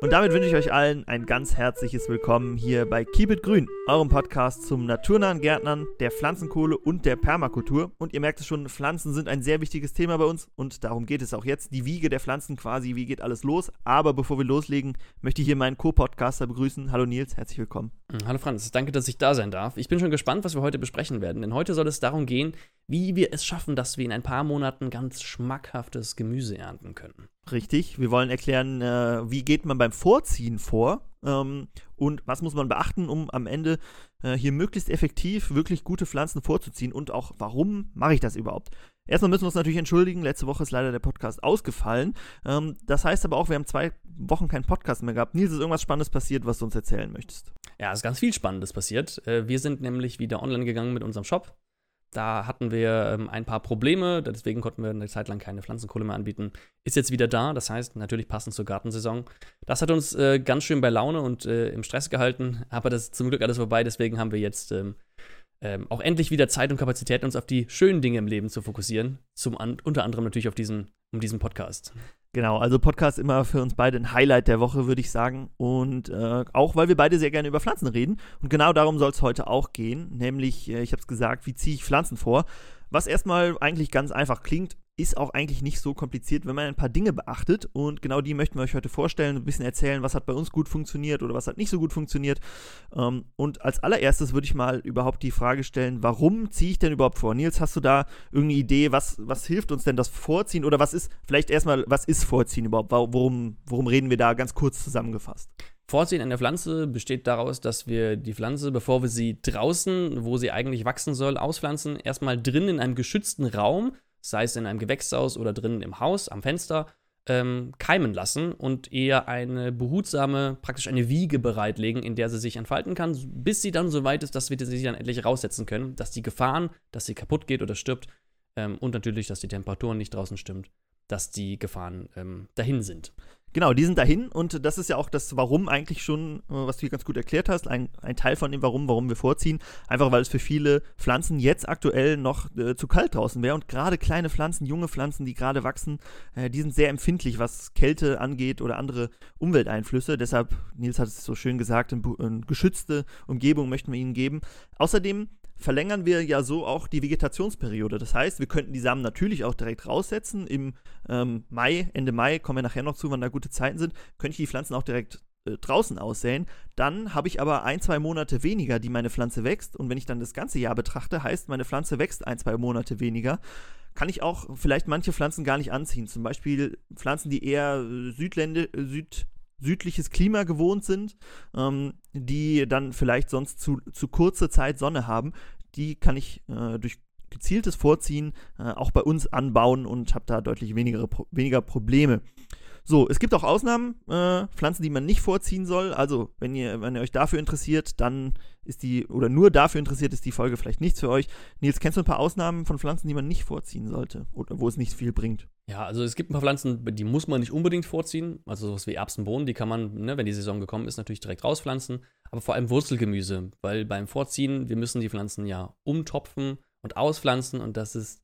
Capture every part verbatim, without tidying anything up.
Und damit wünsche ich euch allen ein ganz herzliches Willkommen hier bei Keep It Grün, eurem Podcast zum naturnahen Gärtnern, der Pflanzenkohle und der Permakultur. Und ihr merkt es schon, Pflanzen sind ein sehr wichtiges Thema bei uns und darum geht es auch jetzt. Die Wiege der Pflanzen quasi, wie geht alles los? Aber bevor wir loslegen, möchte ich hier meinen Co-Podcaster begrüßen. Hallo Nils, herzlich willkommen. Hallo Franz, danke, dass ich da sein darf. Ich bin schon gespannt, was wir heute besprechen werden, denn heute soll es darum gehen, wie wir es schaffen, dass wir in ein paar Monaten ganz schmackhaftes Gemüse ernten können. Richtig, wir wollen erklären, äh, wie geht man beim Vorziehen vor ähm, und was muss man beachten, um am Ende äh, hier möglichst effektiv wirklich gute Pflanzen vorzuziehen und auch, warum mache ich das überhaupt? Erstmal müssen wir uns natürlich entschuldigen, letzte Woche ist leider der Podcast ausgefallen. Ähm, das heißt aber auch, wir haben zwei Wochen keinen Podcast mehr gehabt. Nils, ist irgendwas Spannendes passiert, was du uns erzählen möchtest? Ja, es ist ganz viel Spannendes passiert. Äh, wir sind nämlich wieder online gegangen mit unserem Shop. Da hatten wir ähm, ein paar Probleme, deswegen konnten wir eine Zeit lang keine Pflanzenkohle mehr anbieten. Ist jetzt wieder da, das heißt natürlich passend zur Gartensaison. Das hat uns äh, ganz schön bei Laune und äh, im Stress gehalten, aber das ist zum Glück alles vorbei, deswegen haben wir jetzt ähm, ähm, auch endlich wieder Zeit und Kapazität, uns auf die schönen Dinge im Leben zu fokussieren. Zum an- unter anderem natürlich auf diesen, um diesen Podcast. Genau, also Podcast immer für uns beide ein Highlight der Woche, würde ich sagen. Und äh, auch, weil wir beide sehr gerne über Pflanzen reden. Und genau darum soll es heute auch gehen. Nämlich, äh, ich habe es gesagt, wie ziehe ich Pflanzen vor? Was erstmal eigentlich ganz einfach klingt, ist auch eigentlich nicht so kompliziert, wenn man ein paar Dinge beachtet. Und genau die möchten wir euch heute vorstellen, ein bisschen erzählen, was hat bei uns gut funktioniert oder was hat nicht so gut funktioniert. Ähm, und als allererstes würde ich mal überhaupt die Frage stellen, warum ziehe ich denn überhaupt vor? Nils, hast du da irgendeine Idee, was, was hilft uns denn das Vorziehen? Oder was ist, vielleicht erstmal, was ist Vorziehen überhaupt? Worum, worum reden wir da ganz kurz zusammengefasst? Vorziehen an der Pflanze besteht daraus, dass wir die Pflanze, bevor wir sie draußen, wo sie eigentlich wachsen soll, auspflanzen, erstmal drin in einem geschützten Raum, sei es in einem Gewächshaus oder drinnen im Haus, am Fenster, ähm, keimen lassen und eher eine behutsame, praktisch eine Wiege bereitlegen, in der sie sich entfalten kann, bis sie dann so weit ist, dass wir sie dann endlich raussetzen können, dass die Gefahren, dass sie kaputt geht oder stirbt ähm, und natürlich, dass die Temperatur nicht draußen stimmt, dass die Gefahren ähm, dahin sind. Genau, die sind dahin und das ist ja auch das Warum eigentlich schon, äh, was du hier ganz gut erklärt hast, ein, ein Teil von dem Warum, warum wir vorziehen, einfach weil es für viele Pflanzen jetzt aktuell noch äh, zu kalt draußen wäre und gerade kleine Pflanzen, junge Pflanzen, die gerade wachsen, äh, die sind sehr empfindlich, was Kälte angeht oder andere Umwelteinflüsse, deshalb, Nils hat es so schön gesagt, eine, eine geschützte Umgebung möchten wir ihnen geben. Außerdem verlängern wir ja so auch die Vegetationsperiode. Das heißt, wir könnten die Samen natürlich auch direkt raussetzen. Im ähm, Mai, Ende Mai, kommen wir nachher noch zu, wann da gute Zeiten sind, könnte ich die Pflanzen auch direkt äh, draußen aussäen. Dann habe ich aber ein, zwei Monate weniger, die meine Pflanze wächst. Und wenn ich dann das ganze Jahr betrachte, heißt, meine Pflanze wächst ein, zwei Monate weniger, kann ich auch vielleicht manche Pflanzen gar nicht anziehen. Zum Beispiel Pflanzen, die eher äh, Südlände, äh, Süd südliches Klima gewohnt sind, ähm, die dann vielleicht sonst zu, zu kurze Zeit Sonne haben, die kann ich äh, durch gezieltes Vorziehen äh, auch bei uns anbauen und habe da deutlich weniger, weniger Probleme. So, es gibt auch Ausnahmen, äh, Pflanzen, die man nicht vorziehen soll. Also, wenn ihr, wenn ihr euch dafür interessiert, dann ist die, oder nur dafür interessiert, ist die Folge vielleicht nichts für euch. Nils, kennst du ein paar Ausnahmen von Pflanzen, die man nicht vorziehen sollte oder wo es nicht viel bringt? Ja, also es gibt ein paar Pflanzen, die muss man nicht unbedingt vorziehen. Also sowas wie Erbsen, Bohnen, die kann man, ne, wenn die Saison gekommen ist, natürlich direkt rauspflanzen. Aber vor allem Wurzelgemüse, weil beim Vorziehen, wir müssen die Pflanzen ja umtopfen und auspflanzen und das ist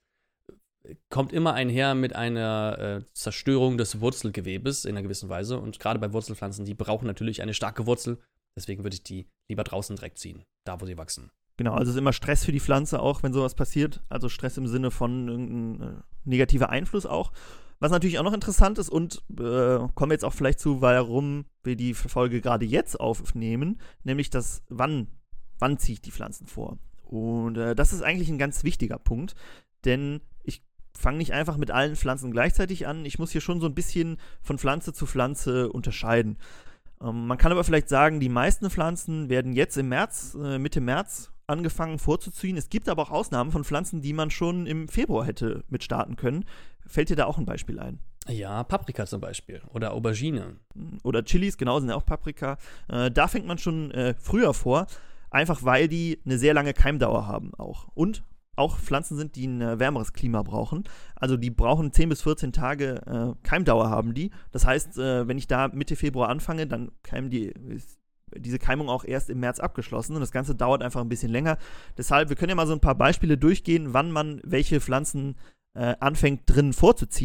kommt immer einher mit einer äh, Zerstörung des Wurzelgewebes in einer gewissen Weise. Und gerade bei Wurzelpflanzen, die brauchen natürlich eine starke Wurzel. Deswegen würde ich die lieber draußen direkt ziehen, da wo sie wachsen. Genau, also es ist immer Stress für die Pflanze auch, wenn sowas passiert. Also Stress im Sinne von irgendein äh, negativer Einfluss auch. Was natürlich auch noch interessant ist und äh, kommen wir jetzt auch vielleicht zu, warum wir die Folge gerade jetzt aufnehmen, nämlich das, wann, wann ziehe ich die Pflanzen vor. Und äh, das ist eigentlich ein ganz wichtiger Punkt, denn ich fange nicht einfach mit allen Pflanzen gleichzeitig an. Ich muss hier schon so ein bisschen von Pflanze zu Pflanze unterscheiden. Ähm, man kann aber vielleicht sagen, die meisten Pflanzen werden jetzt im März, äh, Mitte März angefangen vorzuziehen. Es gibt aber auch Ausnahmen von Pflanzen, die man schon im Februar hätte mit starten können. Fällt dir da auch ein Beispiel ein? Ja, Paprika zum Beispiel oder Aubergine. Oder Chilis, genau, sind ja auch Paprika. Äh, da fängt man schon äh, früher vor, einfach weil die eine sehr lange Keimdauer haben auch. Und auch Pflanzen sind, die ein äh, wärmeres Klima brauchen. Also die brauchen zehn bis vierzehn Tage äh, Keimdauer haben die. Das heißt, äh, wenn ich da Mitte Februar anfange, dann keimen die, ist diese Keimung auch erst im März abgeschlossen und das Ganze dauert einfach ein bisschen länger. Deshalb, wir können ja mal so ein paar Beispiele durchgehen, wann man welche Pflanzen äh, anfängt drin vorzuziehen.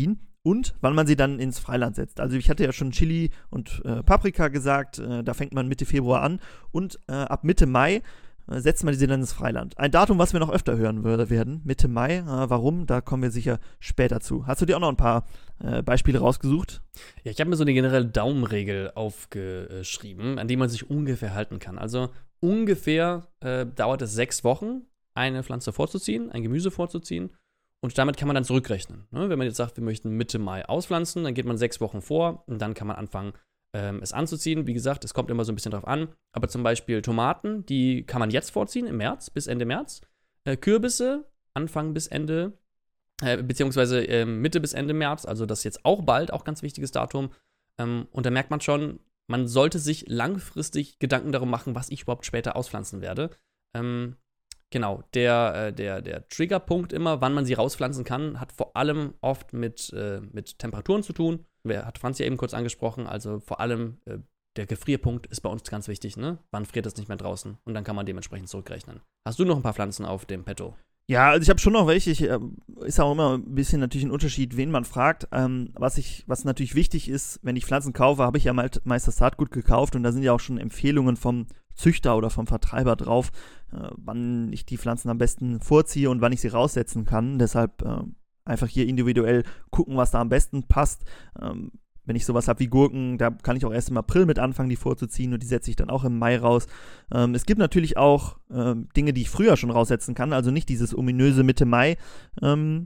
und wann man sie dann ins Freiland setzt. Also ich hatte ja schon Chili und äh, Paprika gesagt, äh, da fängt man Mitte Februar an und äh, ab Mitte Mai äh, setzt man sie dann ins Freiland. Ein Datum, was wir noch öfter hören würde, werden, Mitte Mai. Äh, warum? Da kommen wir sicher später zu. Hast du dir auch noch ein paar äh, Beispiele rausgesucht? Ja, ich habe mir so eine generelle Daumenregel aufgeschrieben, an die man sich ungefähr halten kann. Also ungefähr äh, dauert es sechs Wochen, eine Pflanze vorzuziehen, ein Gemüse vorzuziehen. Und damit kann man dann zurückrechnen. Ne? Wenn man jetzt sagt, wir möchten Mitte Mai auspflanzen, dann geht man sechs Wochen vor und dann kann man anfangen, ähm, es anzuziehen. Wie gesagt, es kommt immer so ein bisschen drauf an. Aber zum Beispiel Tomaten, die kann man jetzt vorziehen, im März, bis Ende März. Äh, Kürbisse, Anfang bis Ende, äh, beziehungsweise äh, Mitte bis Ende März. Also das ist jetzt auch bald, auch ganz wichtiges Datum. Ähm, und da merkt man schon, man sollte sich langfristig Gedanken darum machen, was ich überhaupt später auspflanzen werde. Ähm, Genau, der, äh, der, der Triggerpunkt immer, wann man sie rauspflanzen kann, hat vor allem oft mit, äh, mit Temperaturen zu tun. Wer hat Franz ja eben kurz angesprochen, also vor allem äh, der Gefrierpunkt ist bei uns ganz wichtig, ne? Wann friert es nicht mehr draußen? Und dann kann man dementsprechend zurückrechnen. Hast du noch ein paar Pflanzen auf dem Petto? Ja, also ich habe schon noch welche. Ich, äh, ist auch immer ein bisschen natürlich ein Unterschied, wen man fragt. Ähm, was, ich, was natürlich wichtig ist, wenn ich Pflanzen kaufe, habe ich ja mal meist das Saatgut gekauft und da sind ja auch schon Empfehlungen vom Züchter oder vom Vertreiber drauf, äh, wann ich die Pflanzen am besten vorziehe und wann ich sie raussetzen kann. Deshalb äh, einfach hier individuell gucken, was da am besten passt. Ähm, wenn ich sowas habe wie Gurken, da kann ich auch erst im April mit anfangen, die vorzuziehen und die setze ich dann auch im Mai raus. Ähm, es gibt natürlich auch ähm, Dinge, die ich früher schon raussetzen kann, also nicht dieses ominöse Mitte Mai ähm,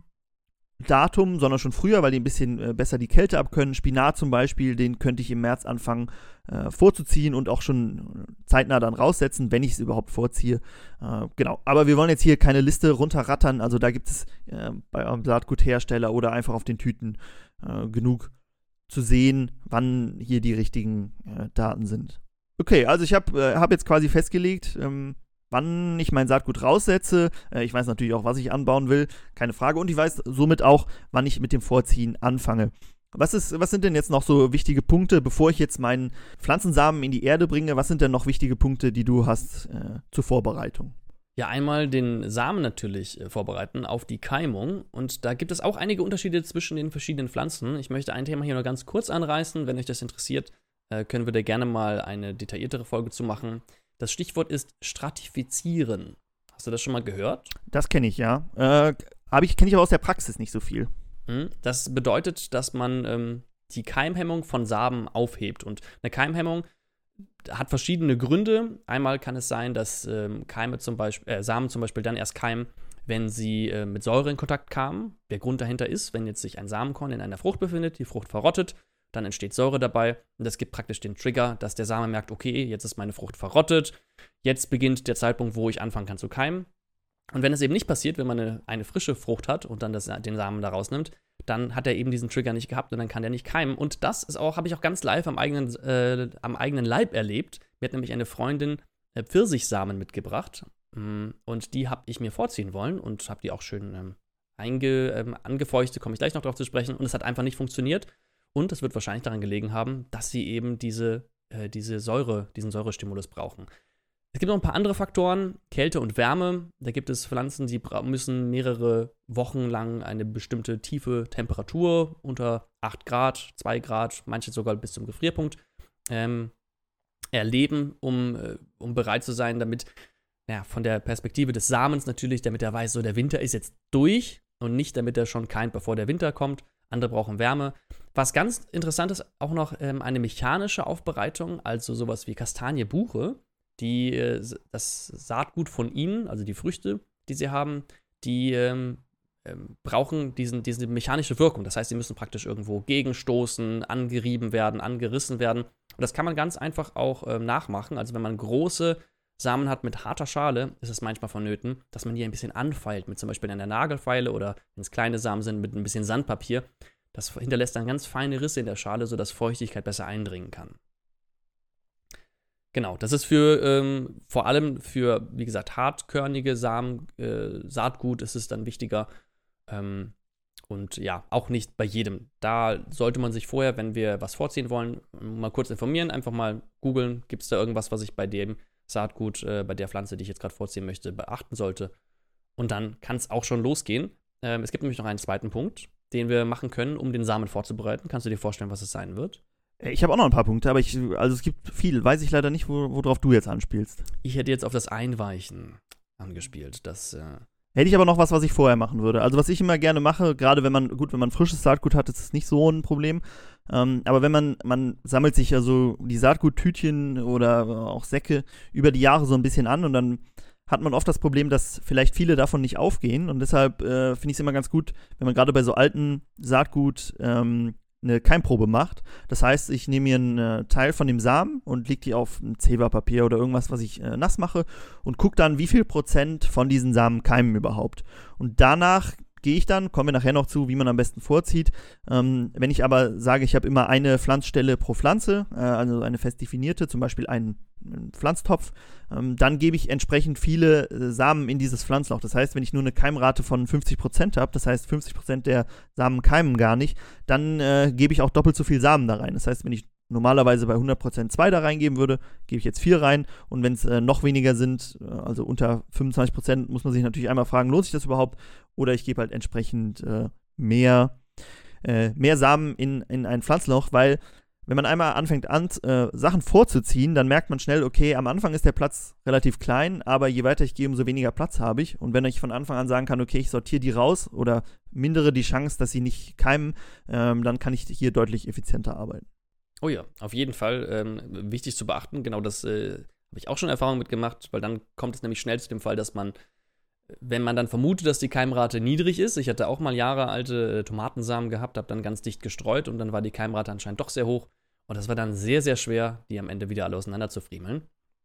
Datum, sondern schon früher, weil die ein bisschen äh, besser die Kälte abkönnen. Spinat zum Beispiel, den könnte ich im März anfangen äh, vorzuziehen und auch schon zeitnah dann raussetzen, wenn ich es überhaupt vorziehe. Äh, genau, aber wir wollen jetzt hier keine Liste runterrattern, also da gibt es äh, bei eurem Saatguthersteller oder einfach auf den Tüten äh, genug zu sehen, wann hier die richtigen äh, Daten sind. Okay, also ich habe äh, hab jetzt quasi festgelegt, ähm, wann ich mein Saatgut raussetze. Äh, ich weiß natürlich auch, was ich anbauen will, keine Frage. Und ich weiß somit auch, wann ich mit dem Vorziehen anfange. Was, ist, was sind denn jetzt noch so wichtige Punkte, bevor ich jetzt meinen Pflanzensamen in die Erde bringe? Was sind denn noch wichtige Punkte, die du hast äh, zur Vorbereitung? Ja, einmal den Samen natürlich äh, vorbereiten auf die Keimung. Und da gibt es auch einige Unterschiede zwischen den verschiedenen Pflanzen. Ich möchte ein Thema hier nur ganz kurz anreißen. Wenn euch das interessiert, äh, können wir da gerne mal eine detailliertere Folge zu machen. Das Stichwort ist stratifizieren. Hast du das schon mal gehört? Das kenne ich, ja. Äh, aber ich kenne ich aber aus der Praxis nicht so viel. Das bedeutet, dass man ähm, die Keimhemmung von Samen aufhebt. Und eine Keimhemmung hat verschiedene Gründe. Einmal kann es sein, dass ähm, Keime zum Beispiel, äh, Samen zum Beispiel dann erst keimen, wenn sie äh, mit Säure in Kontakt kamen. Der Grund dahinter ist, wenn jetzt sich ein Samenkorn in einer Frucht befindet, die Frucht verrottet, dann entsteht Säure dabei. Und das gibt praktisch den Trigger, dass der Same merkt, okay, jetzt ist meine Frucht verrottet. Jetzt beginnt der Zeitpunkt, wo ich anfangen kann zu keimen. Und wenn es eben nicht passiert, wenn man eine, eine frische Frucht hat und dann das, den Samen da rausnimmt, dann hat er eben diesen Trigger nicht gehabt und dann kann der nicht keimen. Und das ist auch, habe ich auch ganz live am eigenen, äh, am eigenen Leib erlebt. Mir hat nämlich eine Freundin äh, Pfirsichsamen mitgebracht und die habe ich mir vorziehen wollen und habe die auch schön ähm, einge, ähm, angefeuchtet, komme ich gleich noch drauf zu sprechen. Und es hat einfach nicht funktioniert. Und es wird wahrscheinlich daran gelegen haben, dass sie eben diese, äh, diese Säure, diesen Säurestimulus brauchen. Es gibt noch ein paar andere Faktoren, Kälte und Wärme. Da gibt es Pflanzen, die müssen mehrere Wochen lang eine bestimmte tiefe Temperatur unter acht Grad, zwei Grad, manche sogar bis zum Gefrierpunkt ähm, erleben, um, äh, um bereit zu sein, damit, ja, von der Perspektive des Samens natürlich, damit er weiß, so der Winter ist jetzt durch und nicht, damit er schon keimt, bevor der Winter kommt. Andere brauchen Wärme. Was ganz interessant ist, auch noch ähm, eine mechanische Aufbereitung, also sowas wie Kastanie, Buche. Die, das Saatgut von ihnen, also die Früchte, die sie haben, die ähm, ähm, brauchen diesen, diese mechanische Wirkung. Das heißt, sie müssen praktisch irgendwo gegenstoßen, angerieben werden, angerissen werden. Und das kann man ganz einfach auch ähm, nachmachen. Also wenn man große Samen hat mit harter Schale, ist es manchmal vonnöten, dass man die ein bisschen anfeilt, mit zum Beispiel einer Nagelfeile oder, wenn es kleine Samen sind, mit ein bisschen Sandpapier. Das hinterlässt dann ganz feine Risse in der Schale, sodass Feuchtigkeit besser eindringen kann. Genau, das ist für, ähm, vor allem für, wie gesagt, hartkörnige Samen, äh, Saatgut ist es dann wichtiger. Ähm, und ja, auch nicht bei jedem. Da sollte man sich vorher, wenn wir was vorziehen wollen, mal kurz informieren, einfach mal googeln, gibt es da irgendwas, was ich bei dem Saatgut, äh, bei der Pflanze, die ich jetzt gerade vorziehen möchte, beachten sollte. Und dann kann es auch schon losgehen. Ähm, es gibt nämlich noch einen zweiten Punkt, den wir machen können, um den Samen vorzubereiten. Kannst du dir vorstellen, was es sein wird? Ich habe auch noch ein paar Punkte, aber ich, also es gibt viel. Weiß ich leider nicht, wo, worauf du jetzt anspielst. Ich hätte jetzt auf das Einweichen angespielt. Das, äh Hätte ich aber noch was, was ich vorher machen würde. Also was ich immer gerne mache, gerade wenn man, gut, wenn man frisches Saatgut hat, ist es nicht so ein Problem. Ähm, aber wenn man, man sammelt sich ja so die Saatguttütchen oder auch Säcke über die Jahre so ein bisschen an und dann hat man oft das Problem, dass vielleicht viele davon nicht aufgehen. Und deshalb äh, finde ich es immer ganz gut, wenn man gerade bei so alten Saatgut ähm, eine Keimprobe macht. Das heißt, ich nehme mir einen äh, Teil von dem Samen und lege die auf ein Zewa-Papier oder irgendwas, was ich äh, nass mache und gucke dann, wie viel Prozent von diesen Samen keimen überhaupt. Und danach gehe ich dann, kommen wir nachher noch zu, wie man am besten vorzieht. Ähm, wenn ich aber sage, ich habe immer eine Pflanzstelle pro Pflanze, äh, also eine fest definierte, zum Beispiel einen, einen Pflanztopf, ähm, dann gebe ich entsprechend viele äh, Samen in dieses Pflanzloch. Das heißt, wenn ich nur eine Keimrate von fünfzig Prozent habe, das heißt fünfzig Prozent der Samen keimen gar nicht, dann äh, gebe ich auch doppelt so viel Samen da rein. Das heißt, wenn ich normalerweise bei hundert Prozent zwei da reingeben würde, gebe ich jetzt vier rein. Und wenn es äh, noch weniger sind, äh, also unter fünfundzwanzig Prozent, muss man sich natürlich einmal fragen, lohnt sich das überhaupt? Oder ich gebe halt entsprechend äh, mehr, äh, mehr Samen in, in ein Pflanzloch, weil wenn man einmal anfängt an, äh, Sachen vorzuziehen, dann merkt man schnell, okay, am Anfang ist der Platz relativ klein, aber je weiter ich gehe, umso weniger Platz habe ich. Und wenn ich von Anfang an sagen kann, okay, ich sortiere die raus oder mindere die Chance, dass sie nicht keimen, ähm, dann kann ich hier deutlich effizienter arbeiten. Oh ja, auf jeden Fall ähm, wichtig zu beachten. Genau das äh, habe ich auch schon Erfahrung mitgemacht, weil dann kommt es nämlich schnell zu dem Fall, dass man, wenn man dann vermutet, dass die Keimrate niedrig ist, ich hatte auch mal jahrealte äh, Tomatensamen gehabt, habe dann ganz dicht gestreut und dann war die Keimrate anscheinend doch sehr hoch und das war dann sehr, sehr schwer, die am Ende wieder alle auseinander zu friemeln.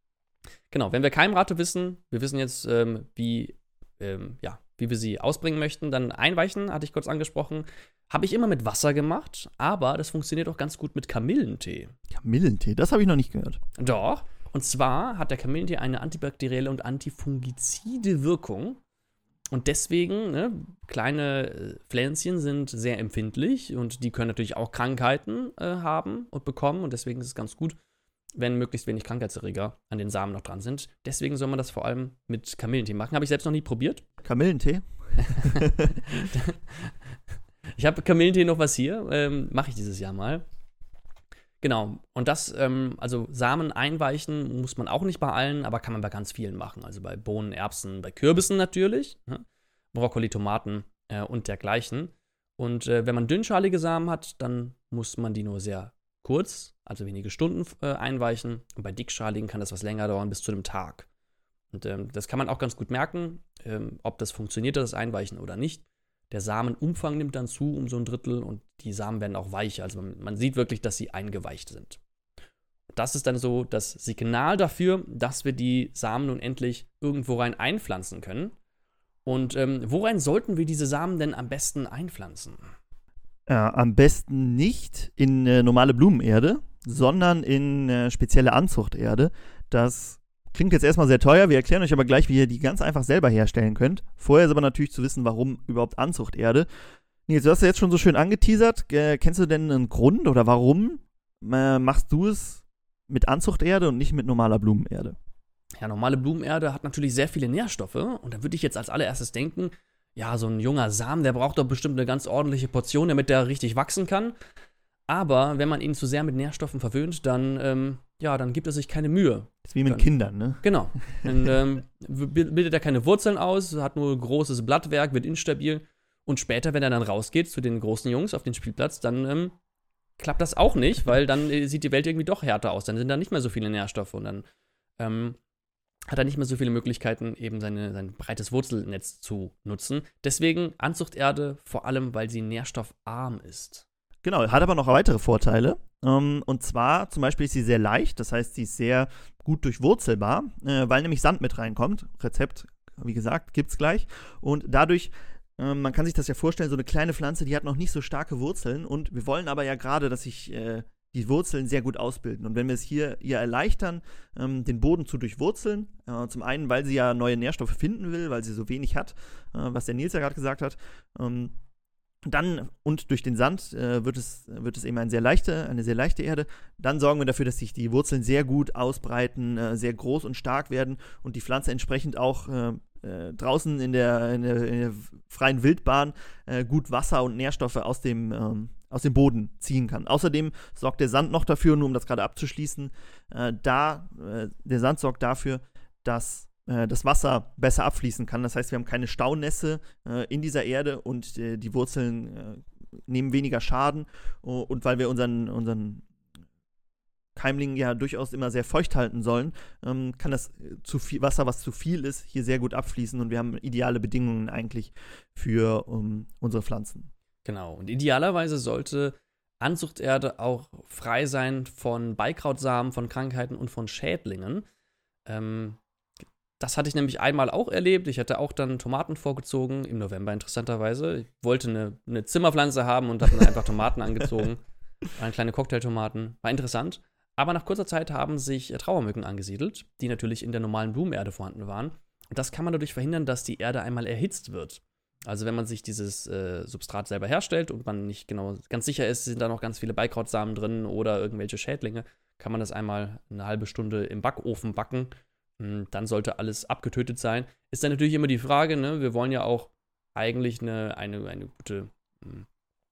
Genau, wenn wir Keimrate wissen, wir wissen jetzt, ähm, wie, ähm, ja, wie wir sie ausbringen möchten, dann einweichen, hatte ich kurz angesprochen. Habe ich immer mit Wasser gemacht, aber das funktioniert auch ganz gut mit Kamillentee. Kamillentee, das habe ich noch nicht gehört. Doch, und zwar hat der Kamillentee eine antibakterielle und antifungizide Wirkung. Und deswegen, ne, kleine Pflänzchen sind sehr empfindlich und die können natürlich auch Krankheiten äh, haben und bekommen. Und deswegen ist es ganz gut, wenn möglichst wenig Krankheitserreger an den Samen noch dran sind. Deswegen soll man das vor allem mit Kamillentee machen. Habe ich selbst noch nie probiert. Kamillentee? Ich habe Kamillentee noch was hier, ähm, mache ich dieses Jahr mal. Genau, und das, ähm, also Samen einweichen muss man auch nicht bei allen, aber kann man bei ganz vielen machen. Also bei Bohnen, Erbsen, bei Kürbissen natürlich, ne? Brokkoli, Tomaten äh, und dergleichen. Und äh, wenn man dünnschalige Samen hat, dann muss man die nur sehr kurz, also wenige Stunden äh, einweichen. Und bei dickschaligen kann das was länger dauern, bis zu einem Tag. Und ähm, das kann man auch ganz gut merken, ähm, ob das funktioniert, das Einweichen oder nicht. Der Samenumfang nimmt dann zu um so ein Drittel und die Samen werden auch weicher. Also man, man sieht wirklich, dass sie eingeweicht sind. Das ist dann so das Signal dafür, dass wir die Samen nun endlich irgendwo rein einpflanzen können. Und ähm, worein sollten wir diese Samen denn am besten einpflanzen? Äh, am besten nicht in äh, normale Blumenerde, sondern in äh, spezielle Anzuchterde. Das klingt jetzt erstmal sehr teuer, wir erklären euch aber gleich, wie ihr die ganz einfach selber herstellen könnt. Vorher ist aber natürlich zu wissen, warum überhaupt Anzuchterde. Nils, du hast ja jetzt schon so schön angeteasert. Äh, kennst du denn einen Grund oder warum äh, machst du es mit Anzuchterde und nicht mit normaler Blumenerde? Ja, normale Blumenerde hat natürlich sehr viele Nährstoffe und da würde ich jetzt als allererstes denken, ja, so ein junger Samen, der braucht doch bestimmt eine ganz ordentliche Portion, damit der richtig wachsen kann. Aber wenn man ihn zu sehr mit Nährstoffen verwöhnt, dann, ähm, ja, dann gibt er sich keine Mühe. Das ist wie mit dann, Kindern, ne? Genau. Dann ähm, bildet er keine Wurzeln aus, hat nur großes Blattwerk, wird instabil. Und später, wenn er dann rausgeht zu den großen Jungs auf den Spielplatz, dann ähm, klappt das auch nicht, weil dann äh, sieht die Welt irgendwie doch härter aus. Dann sind da nicht mehr so viele Nährstoffe und dann ähm, hat er nicht mehr so viele Möglichkeiten, eben seine, sein breites Wurzelnetz zu nutzen. Deswegen Anzuchterde, vor allem, weil sie nährstoffarm ist. Genau, hat aber noch weitere Vorteile. Ähm, und zwar, zum Beispiel ist sie sehr leicht, das heißt, sie ist sehr gut durchwurzelbar, äh, weil nämlich Sand mit reinkommt. Rezept, wie gesagt, gibt's gleich. Und dadurch, äh, man kann sich das ja vorstellen, so eine kleine Pflanze, die hat noch nicht so starke Wurzeln. Und wir wollen aber ja gerade, dass sich äh, die Wurzeln sehr gut ausbilden. Und wenn wir es hier ihr erleichtern, ähm, den Boden zu durchwurzeln, äh, zum einen, weil sie ja neue Nährstoffe finden will, weil sie so wenig hat, äh, was der Nils ja gerade gesagt hat, ähm, Dann, und durch den Sand äh, wird, es, wird es eben eine sehr, leichte, eine sehr leichte Erde. Dann sorgen wir dafür, dass sich die Wurzeln sehr gut ausbreiten, äh, sehr groß und stark werden und die Pflanze entsprechend auch äh, äh, draußen in der, in, der, in der freien Wildbahn äh, gut Wasser und Nährstoffe aus dem, ähm, aus dem Boden ziehen kann. Außerdem sorgt der Sand noch dafür, nur um das gerade abzuschließen, äh, da, äh, der Sand sorgt dafür, dass äh, das Wasser besser abfließen kann. Das heißt, wir haben keine Staunässe äh, in dieser Erde und äh, die Wurzeln äh, nehmen weniger Schaden. Und weil wir unseren, unseren Keimling ja durchaus immer sehr feucht halten sollen, ähm, kann das zu viel Wasser, was zu viel ist, hier sehr gut abfließen und wir haben ideale Bedingungen eigentlich für um, unsere Pflanzen. Genau, und idealerweise sollte Anzuchterde auch frei sein von Beikrautsamen, von Krankheiten und von Schädlingen. Ähm, das hatte ich nämlich einmal auch erlebt. Ich hatte auch dann Tomaten vorgezogen, im November interessanterweise. Ich wollte eine, eine Zimmerpflanze haben und habe dann einfach Tomaten angezogen. Eine kleine Cocktailtomaten. War interessant. Aber nach kurzer Zeit haben sich Trauermücken angesiedelt, die natürlich in der normalen Blumenerde vorhanden waren. Und das kann man dadurch verhindern, dass die Erde einmal erhitzt wird. Also wenn man sich dieses äh, Substrat selber herstellt und man nicht genau ganz sicher ist, sind da noch ganz viele Beikrautsamen drin oder irgendwelche Schädlinge, kann man das einmal eine halbe Stunde im Backofen backen. Dann sollte alles abgetötet sein. Ist dann natürlich immer die Frage, ne, wir wollen ja auch eigentlich eine, eine, eine gute mh,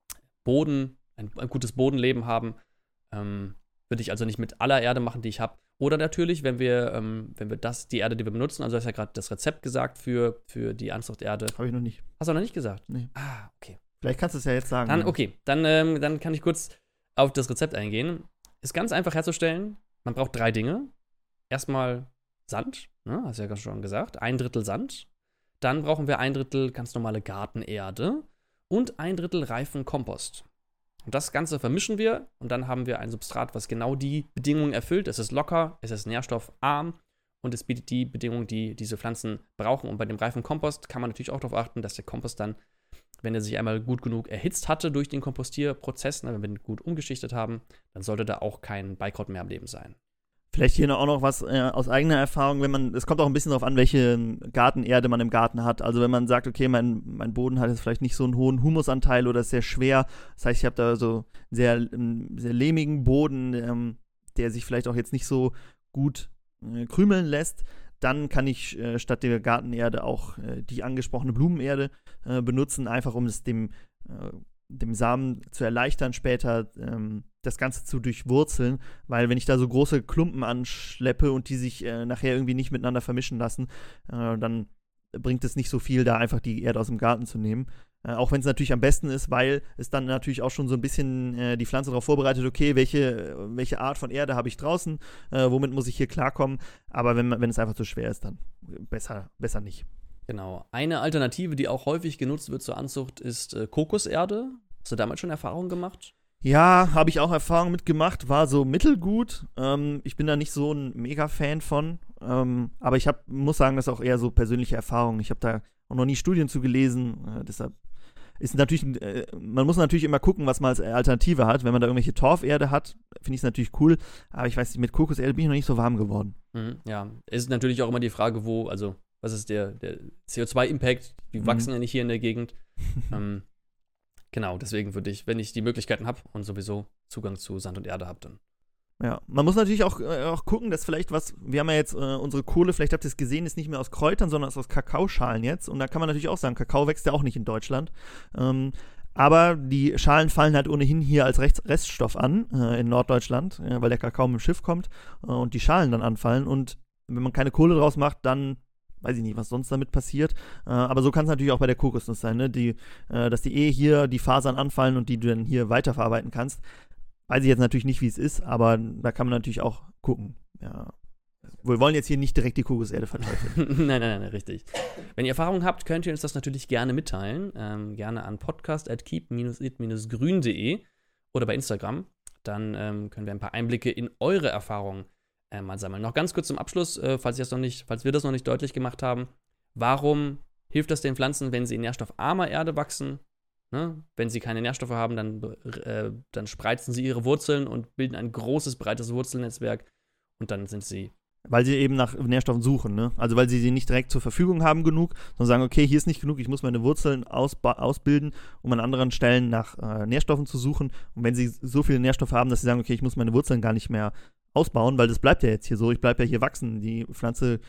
Boden, ein, ein gutes Bodenleben haben. Ähm, würde ich also nicht mit aller Erde machen, die ich habe. Oder natürlich, wenn wir, ähm, wenn wir das, die Erde, die wir benutzen, also du hast ja gerade das Rezept gesagt für, für die Anzuchterde. Habe ich noch nicht. Hast du noch nicht gesagt? Nee. Ah, okay. Vielleicht kannst du es ja jetzt sagen. Dann, okay, dann, ähm, dann kann ich kurz auf das Rezept eingehen. Ist ganz einfach herzustellen. Man braucht drei Dinge. Erstmal Sand, ne, hast du ja schon gesagt. Ein Drittel Sand. Dann brauchen wir ein Drittel ganz normale Gartenerde und ein Drittel reifen Kompost. Und das Ganze vermischen wir und dann haben wir ein Substrat, was genau die Bedingungen erfüllt. Es ist locker, es ist nährstoffarm und es bietet die Bedingungen, die diese Pflanzen brauchen. Und bei dem reifen Kompost kann man natürlich auch darauf achten, dass der Kompost dann, wenn er sich einmal gut genug erhitzt hatte durch den Kompostierprozess, ne, wenn wir ihn gut umgeschichtet haben, dann sollte da auch kein Beikraut mehr am Leben sein. Vielleicht hier auch noch was äh, aus eigener Erfahrung, wenn man, es kommt auch ein bisschen darauf an, welche Gartenerde man im Garten hat. Also wenn man sagt, okay, mein, mein Boden hat jetzt vielleicht nicht so einen hohen Humusanteil oder ist sehr schwer. Das heißt, ich habe da so einen sehr, einen sehr lehmigen Boden, ähm, der sich vielleicht auch jetzt nicht so gut äh, krümeln lässt. Dann kann ich äh, statt der Gartenerde auch äh, die angesprochene Blumenerde äh, benutzen, einfach um es dem äh, dem Samen zu erleichtern, später ähm, das Ganze zu durchwurzeln, weil wenn ich da so große Klumpen anschleppe und die sich äh, nachher irgendwie nicht miteinander vermischen lassen, äh, dann bringt es nicht so viel, da einfach die Erde aus dem Garten zu nehmen. Äh, auch wenn es natürlich am besten ist, weil es dann natürlich auch schon so ein bisschen äh, die Pflanze darauf vorbereitet, okay, welche, welche Art von Erde habe ich draußen, äh, womit muss ich hier klarkommen, aber wenn, wenn es einfach zu schwer ist, dann besser, besser nicht. Genau. Eine Alternative, die auch häufig genutzt wird zur Anzucht, ist äh, Kokoserde. Hast du damals schon Erfahrungen gemacht? Ja, habe ich auch Erfahrungen mitgemacht, war so mittelgut. Ähm, ich bin da nicht so ein Mega-Fan von, ähm, aber ich hab, muss sagen, das ist auch eher so persönliche Erfahrungen. Ich habe da auch noch nie Studien zu gelesen, äh, deshalb ist natürlich, äh, man muss natürlich immer gucken, was man als Alternative hat. Wenn man da irgendwelche Torferde hat, finde ich es natürlich cool, aber ich weiß nicht, mit Kokoserde bin ich noch nicht so warm geworden. Mhm, ja, ist natürlich auch immer die Frage, wo, also was ist der, der C O zwei Impact? Die mhm. wachsen ja nicht hier in der Gegend. ähm, genau, deswegen würde ich, wenn ich die Möglichkeiten habe und sowieso Zugang zu Sand und Erde habe, dann. Ja, man muss natürlich auch, äh, auch gucken, dass vielleicht was, wir haben ja jetzt äh, unsere Kohle, vielleicht habt ihr es gesehen, ist nicht mehr aus Kräutern, sondern ist aus Kakaoschalen jetzt. Und da kann man natürlich auch sagen, Kakao wächst ja auch nicht in Deutschland. Ähm, aber die Schalen fallen halt ohnehin hier als Rest- Reststoff an, äh, in Norddeutschland, äh, weil der Kakao mit dem Schiff kommt äh, und die Schalen dann anfallen. Und wenn man keine Kohle draus macht, dann weiß ich nicht, was sonst damit passiert. Äh, aber so kann es natürlich auch bei der Kokosnuss sein, ne? Die, äh, dass die eh hier die Fasern anfallen und die du dann hier weiterverarbeiten kannst. Weiß ich jetzt natürlich nicht, wie es ist, aber da kann man natürlich auch gucken. Ja. Wir wollen jetzt hier nicht direkt die Kokoserde verteufeln. nein, nein, nein, richtig. Wenn ihr Erfahrungen habt, könnt ihr uns das natürlich gerne mitteilen. Ähm, gerne an podcast at keep it grün punkt de oder bei Instagram. Dann ähm, können wir ein paar Einblicke in eure Erfahrungen äh, mal sammeln. Noch ganz kurz zum Abschluss, äh, falls, ihr das noch nicht, falls wir das noch nicht deutlich gemacht haben. Warum hilft das den Pflanzen, wenn sie in nährstoffarmer Erde wachsen? Ne? Wenn sie keine Nährstoffe haben, dann, äh, dann spreizen sie ihre Wurzeln und bilden ein großes, breites Wurzelnetzwerk. Und dann sind sie Weil sie eben nach Nährstoffen suchen, ne? Also weil sie sie nicht direkt zur Verfügung haben genug, sondern sagen, okay, hier ist nicht genug, ich muss meine Wurzeln ausba- ausbilden, um an anderen Stellen nach äh, Nährstoffen zu suchen. Und wenn sie so viele Nährstoffe haben, dass sie sagen, okay, ich muss meine Wurzeln gar nicht mehr ausbauen, weil das bleibt ja jetzt hier so, ich bleibe ja hier wachsen. Die Pflanze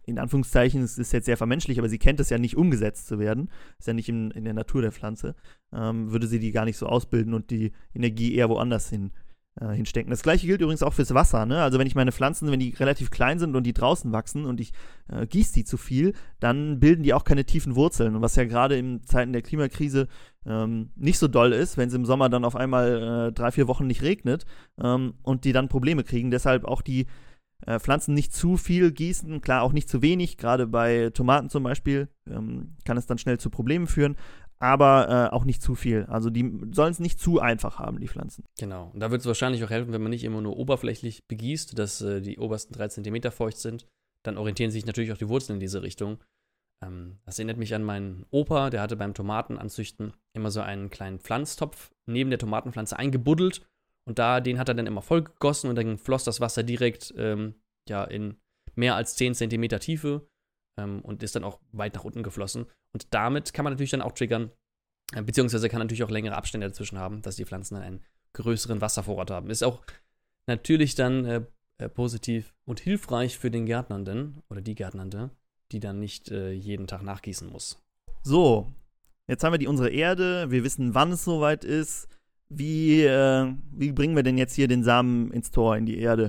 in Anführungszeichen, es ist jetzt sehr vermenschlich, aber sie kennt es ja nicht, umgesetzt zu werden, ist ja nicht in, in der Natur der Pflanze, ähm, würde sie die gar nicht so ausbilden und die Energie eher woanders hin äh, hinstecken. Das gleiche gilt übrigens auch fürs Wasser, ne? Also wenn ich meine Pflanzen, wenn die relativ klein sind und die draußen wachsen und ich äh, gieße die zu viel, dann bilden die auch keine tiefen Wurzeln. Und was ja gerade in Zeiten der Klimakrise ähm, nicht so doll ist, wenn es im Sommer dann auf einmal äh, drei, vier Wochen nicht regnet ähm, und die dann Probleme kriegen. Deshalb auch die äh, Pflanzen nicht zu viel gießen, klar auch nicht zu wenig, gerade bei Tomaten zum Beispiel ähm, kann es dann schnell zu Problemen führen, aber äh, auch nicht zu viel. Also die sollen es nicht zu einfach haben, die Pflanzen. Genau. Und da wird es wahrscheinlich auch helfen, wenn man nicht immer nur oberflächlich begießt, dass äh, die obersten drei Zentimeter feucht sind. Dann orientieren sich natürlich auch die Wurzeln in diese Richtung. Ähm, das erinnert mich an meinen Opa, der hatte beim Tomatenanzüchten immer so einen kleinen Pflanztopf neben der Tomatenpflanze eingebuddelt. Und da, den hat er dann immer voll gegossen und dann floss das Wasser direkt ähm, ja, in mehr als zehn Zentimeter Tiefe. Und ist dann auch weit nach unten geflossen. Und damit kann man natürlich dann auch triggern, äh, beziehungsweise kann natürlich auch längere Abstände dazwischen haben, dass die Pflanzen dann einen größeren Wasservorrat haben. Ist auch natürlich dann äh, äh, positiv und hilfreich für den Gärtnernden oder die Gärtnernde, die dann nicht äh, jeden Tag nachgießen muss. So, jetzt haben wir die unsere Erde, wir wissen, wann es soweit ist. Wie, äh, wie bringen wir denn jetzt hier den Samen ins Tor, in die Erde?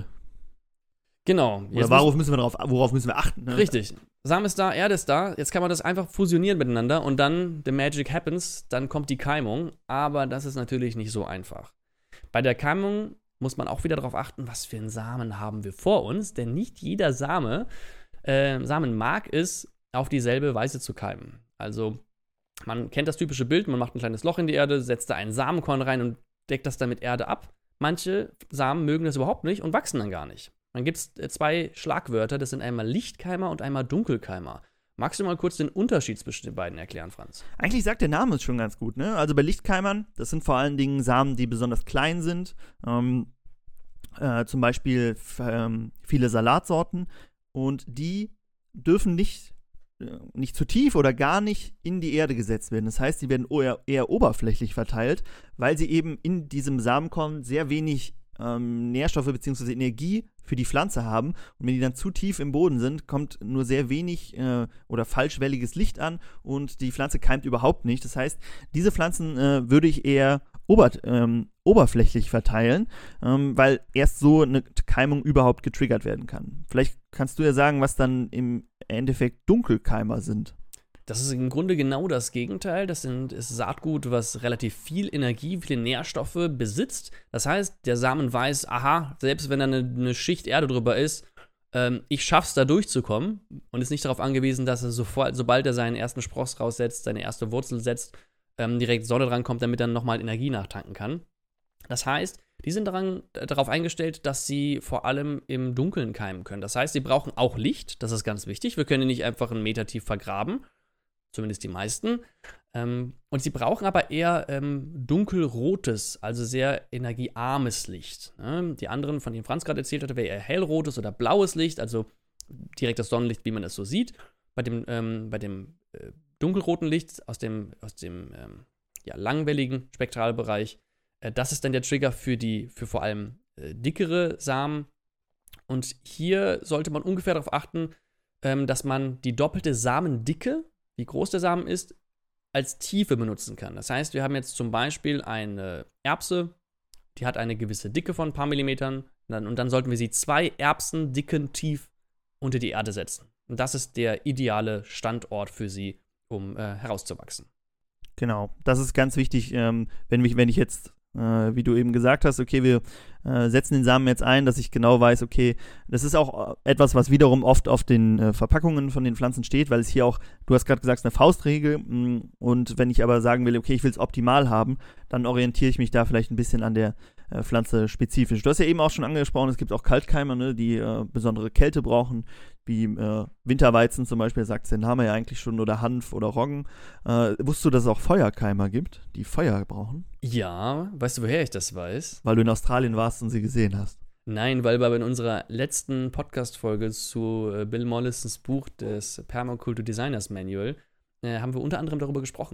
Genau. Oder worauf müssen wir, darauf, worauf müssen wir achten? Ne? Richtig. Samen ist da, Erde ist da. Jetzt kann man das einfach fusionieren miteinander und dann, the magic happens, dann kommt die Keimung. Aber das ist natürlich nicht so einfach. Bei der Keimung muss man auch wieder darauf achten, was für einen Samen haben wir vor uns. Denn nicht jeder Same, äh, Samen mag es, auf dieselbe Weise zu keimen. Also man kennt das typische Bild, man macht ein kleines Loch in die Erde, setzt da ein Samenkorn rein und deckt das dann mit Erde ab. Manche Samen mögen das überhaupt nicht und wachsen dann gar nicht. Dann gibt es zwei Schlagwörter, das sind einmal Lichtkeimer und einmal Dunkelkeimer. Magst du mal kurz den Unterschied zwischen den beiden erklären, Franz? Eigentlich sagt der Name es schon ganz gut, ne? Also bei Lichtkeimern, das sind vor allen Dingen Samen, die besonders klein sind. Ähm, äh, zum Beispiel f- ähm, viele Salatsorten. Und die dürfen nicht, äh, nicht zu tief oder gar nicht in die Erde gesetzt werden. Das heißt, die werden eher, eher oberflächlich verteilt, weil sie eben in diesem Samenkorn sehr wenig ähm, Nährstoffe bzw. Energie für die Pflanze haben. Und wenn die dann zu tief im Boden sind, kommt nur sehr wenig äh, oder falschwelliges Licht an und die Pflanze keimt überhaupt nicht. Das heißt, diese Pflanzen äh, würde ich eher ober, ähm, oberflächlich verteilen, ähm, weil erst so eine Keimung überhaupt getriggert werden kann. Vielleicht kannst du ja sagen, was dann im Endeffekt Dunkelkeimer sind. Das ist im Grunde genau das Gegenteil. Das sind, ist Saatgut, was relativ viel Energie, viele Nährstoffe besitzt. Das heißt, der Samen weiß, aha, selbst wenn da eine, eine Schicht Erde drüber ist, ähm, ich schaff's da durchzukommen und ist nicht darauf angewiesen, dass er sofort, sobald er seinen ersten Spross raussetzt, seine erste Wurzel setzt, ähm, direkt Sonne drankommt, damit er nochmal Energie nachtanken kann. Das heißt, die sind daran, darauf eingestellt, dass sie vor allem im Dunkeln keimen können. Das heißt, sie brauchen auch Licht, das ist ganz wichtig. Wir können ihn nicht einfach einen Meter tief vergraben. Zumindest die meisten. Ähm, und sie brauchen aber eher ähm, dunkelrotes, also sehr energiearmes Licht. Ne? Die anderen, von denen Franz gerade erzählt hatte, wäre eher hellrotes oder blaues Licht, also direkt das Sonnenlicht, wie man es so sieht. Bei dem, ähm, bei dem äh, dunkelroten Licht aus dem, aus dem ähm, ja, langwelligen Spektralbereich, äh, das ist dann der Trigger für, die, für vor allem äh, dickere Samen. Und hier sollte man ungefähr darauf achten, ähm, dass man die doppelte Samendicke, wie groß der Samen ist, als Tiefe benutzen kann. Das heißt, wir haben jetzt zum Beispiel eine Erbse, die hat eine gewisse Dicke von ein paar Millimetern und dann sollten wir sie zwei Erbsen dicken tief unter die Erde setzen. Und das ist der ideale Standort für sie, um äh, herauszuwachsen. Genau, das ist ganz wichtig, ähm, wenn, mich, wenn ich jetzt, äh, wie du eben gesagt hast, okay, wir äh, setzen den Samen jetzt ein, dass ich genau weiß, okay, das ist auch etwas, was wiederum oft auf den äh, Verpackungen von den Pflanzen steht, weil es hier auch, du hast gerade gesagt, eine Faustregel mh, und wenn ich aber sagen will, okay, ich will es optimal haben, dann orientiere ich mich da vielleicht ein bisschen an der äh, Pflanze spezifisch. Du hast ja eben auch schon angesprochen, es gibt auch Kaltkeimer, ne, die äh, besondere Kälte brauchen, wie äh, Winterweizen zum Beispiel, sagt den haben wir ja eigentlich schon, oder Hanf oder Roggen. Äh, wusstest du, dass es auch Feuerkeimer gibt, die Feuer brauchen? Ja, weißt du, woher ich das weiß? Weil du in Australien warst und sie gesehen hast. Nein, weil wir in unserer letzten Podcast-Folge zu äh, Bill Mollisons Buch des Permaculture Designers Manual äh, haben wir unter anderem darüber gesprochen.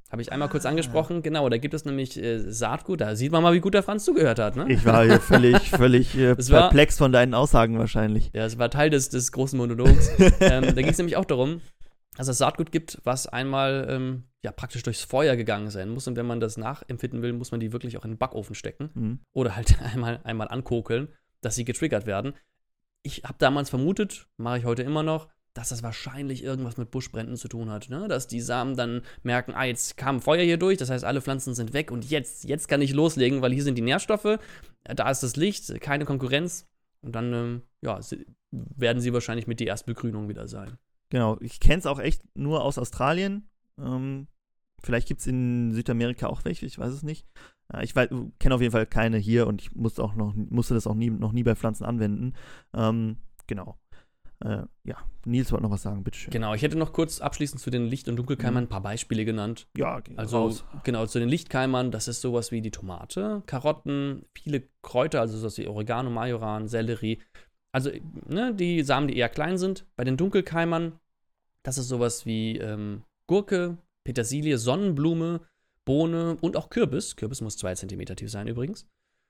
Habe ich einmal kurz angesprochen. Genau, da gibt es nämlich äh, Saatgut. Da sieht man mal, wie gut der Franz zugehört hat, ne? Ich war hier völlig, völlig äh, perplex von deinen Aussagen wahrscheinlich. Ja, es war Teil des, des großen Monologs. ähm, da ging es nämlich auch darum, dass es Saatgut gibt, was einmal ähm, ja, praktisch durchs Feuer gegangen sein muss. Und wenn man das nachempfinden will, muss man die wirklich auch in den Backofen stecken. Mhm. Oder halt einmal, einmal ankokeln, dass sie getriggert werden. Ich habe damals vermutet, mache ich heute immer noch, dass das wahrscheinlich irgendwas mit Buschbränden zu tun hat, ne? Dass die Samen dann merken, ah, jetzt kam Feuer hier durch, das heißt, alle Pflanzen sind weg und jetzt, jetzt kann ich loslegen, weil hier sind die Nährstoffe, da ist das Licht, keine Konkurrenz und dann, ähm, ja, werden sie wahrscheinlich mit die Erstbegrünung wieder sein. Genau, ich kenne es auch echt nur aus Australien, ähm, vielleicht gibt es in Südamerika auch welche, ich weiß es nicht. Ich kenne auf jeden Fall keine hier und ich musste, auch noch, musste das auch nie, noch nie bei Pflanzen anwenden. Ähm, genau. Äh, ja, Nils wollte noch was sagen, bitteschön. Genau, ich hätte noch kurz abschließend zu den Licht- und Dunkelkeimern ein paar Beispiele genannt. Ja, also raus. Genau, zu den Lichtkeimern, das ist sowas wie die Tomate, Karotten, viele Kräuter, also sowas wie Oregano, Majoran, Sellerie. Also, ne, die Samen, die eher klein sind. Bei den Dunkelkeimern, das ist sowas wie ähm, Gurke, Petersilie, Sonnenblume, Bohne und auch Kürbis. Kürbis muss zwei Zentimeter tief sein übrigens.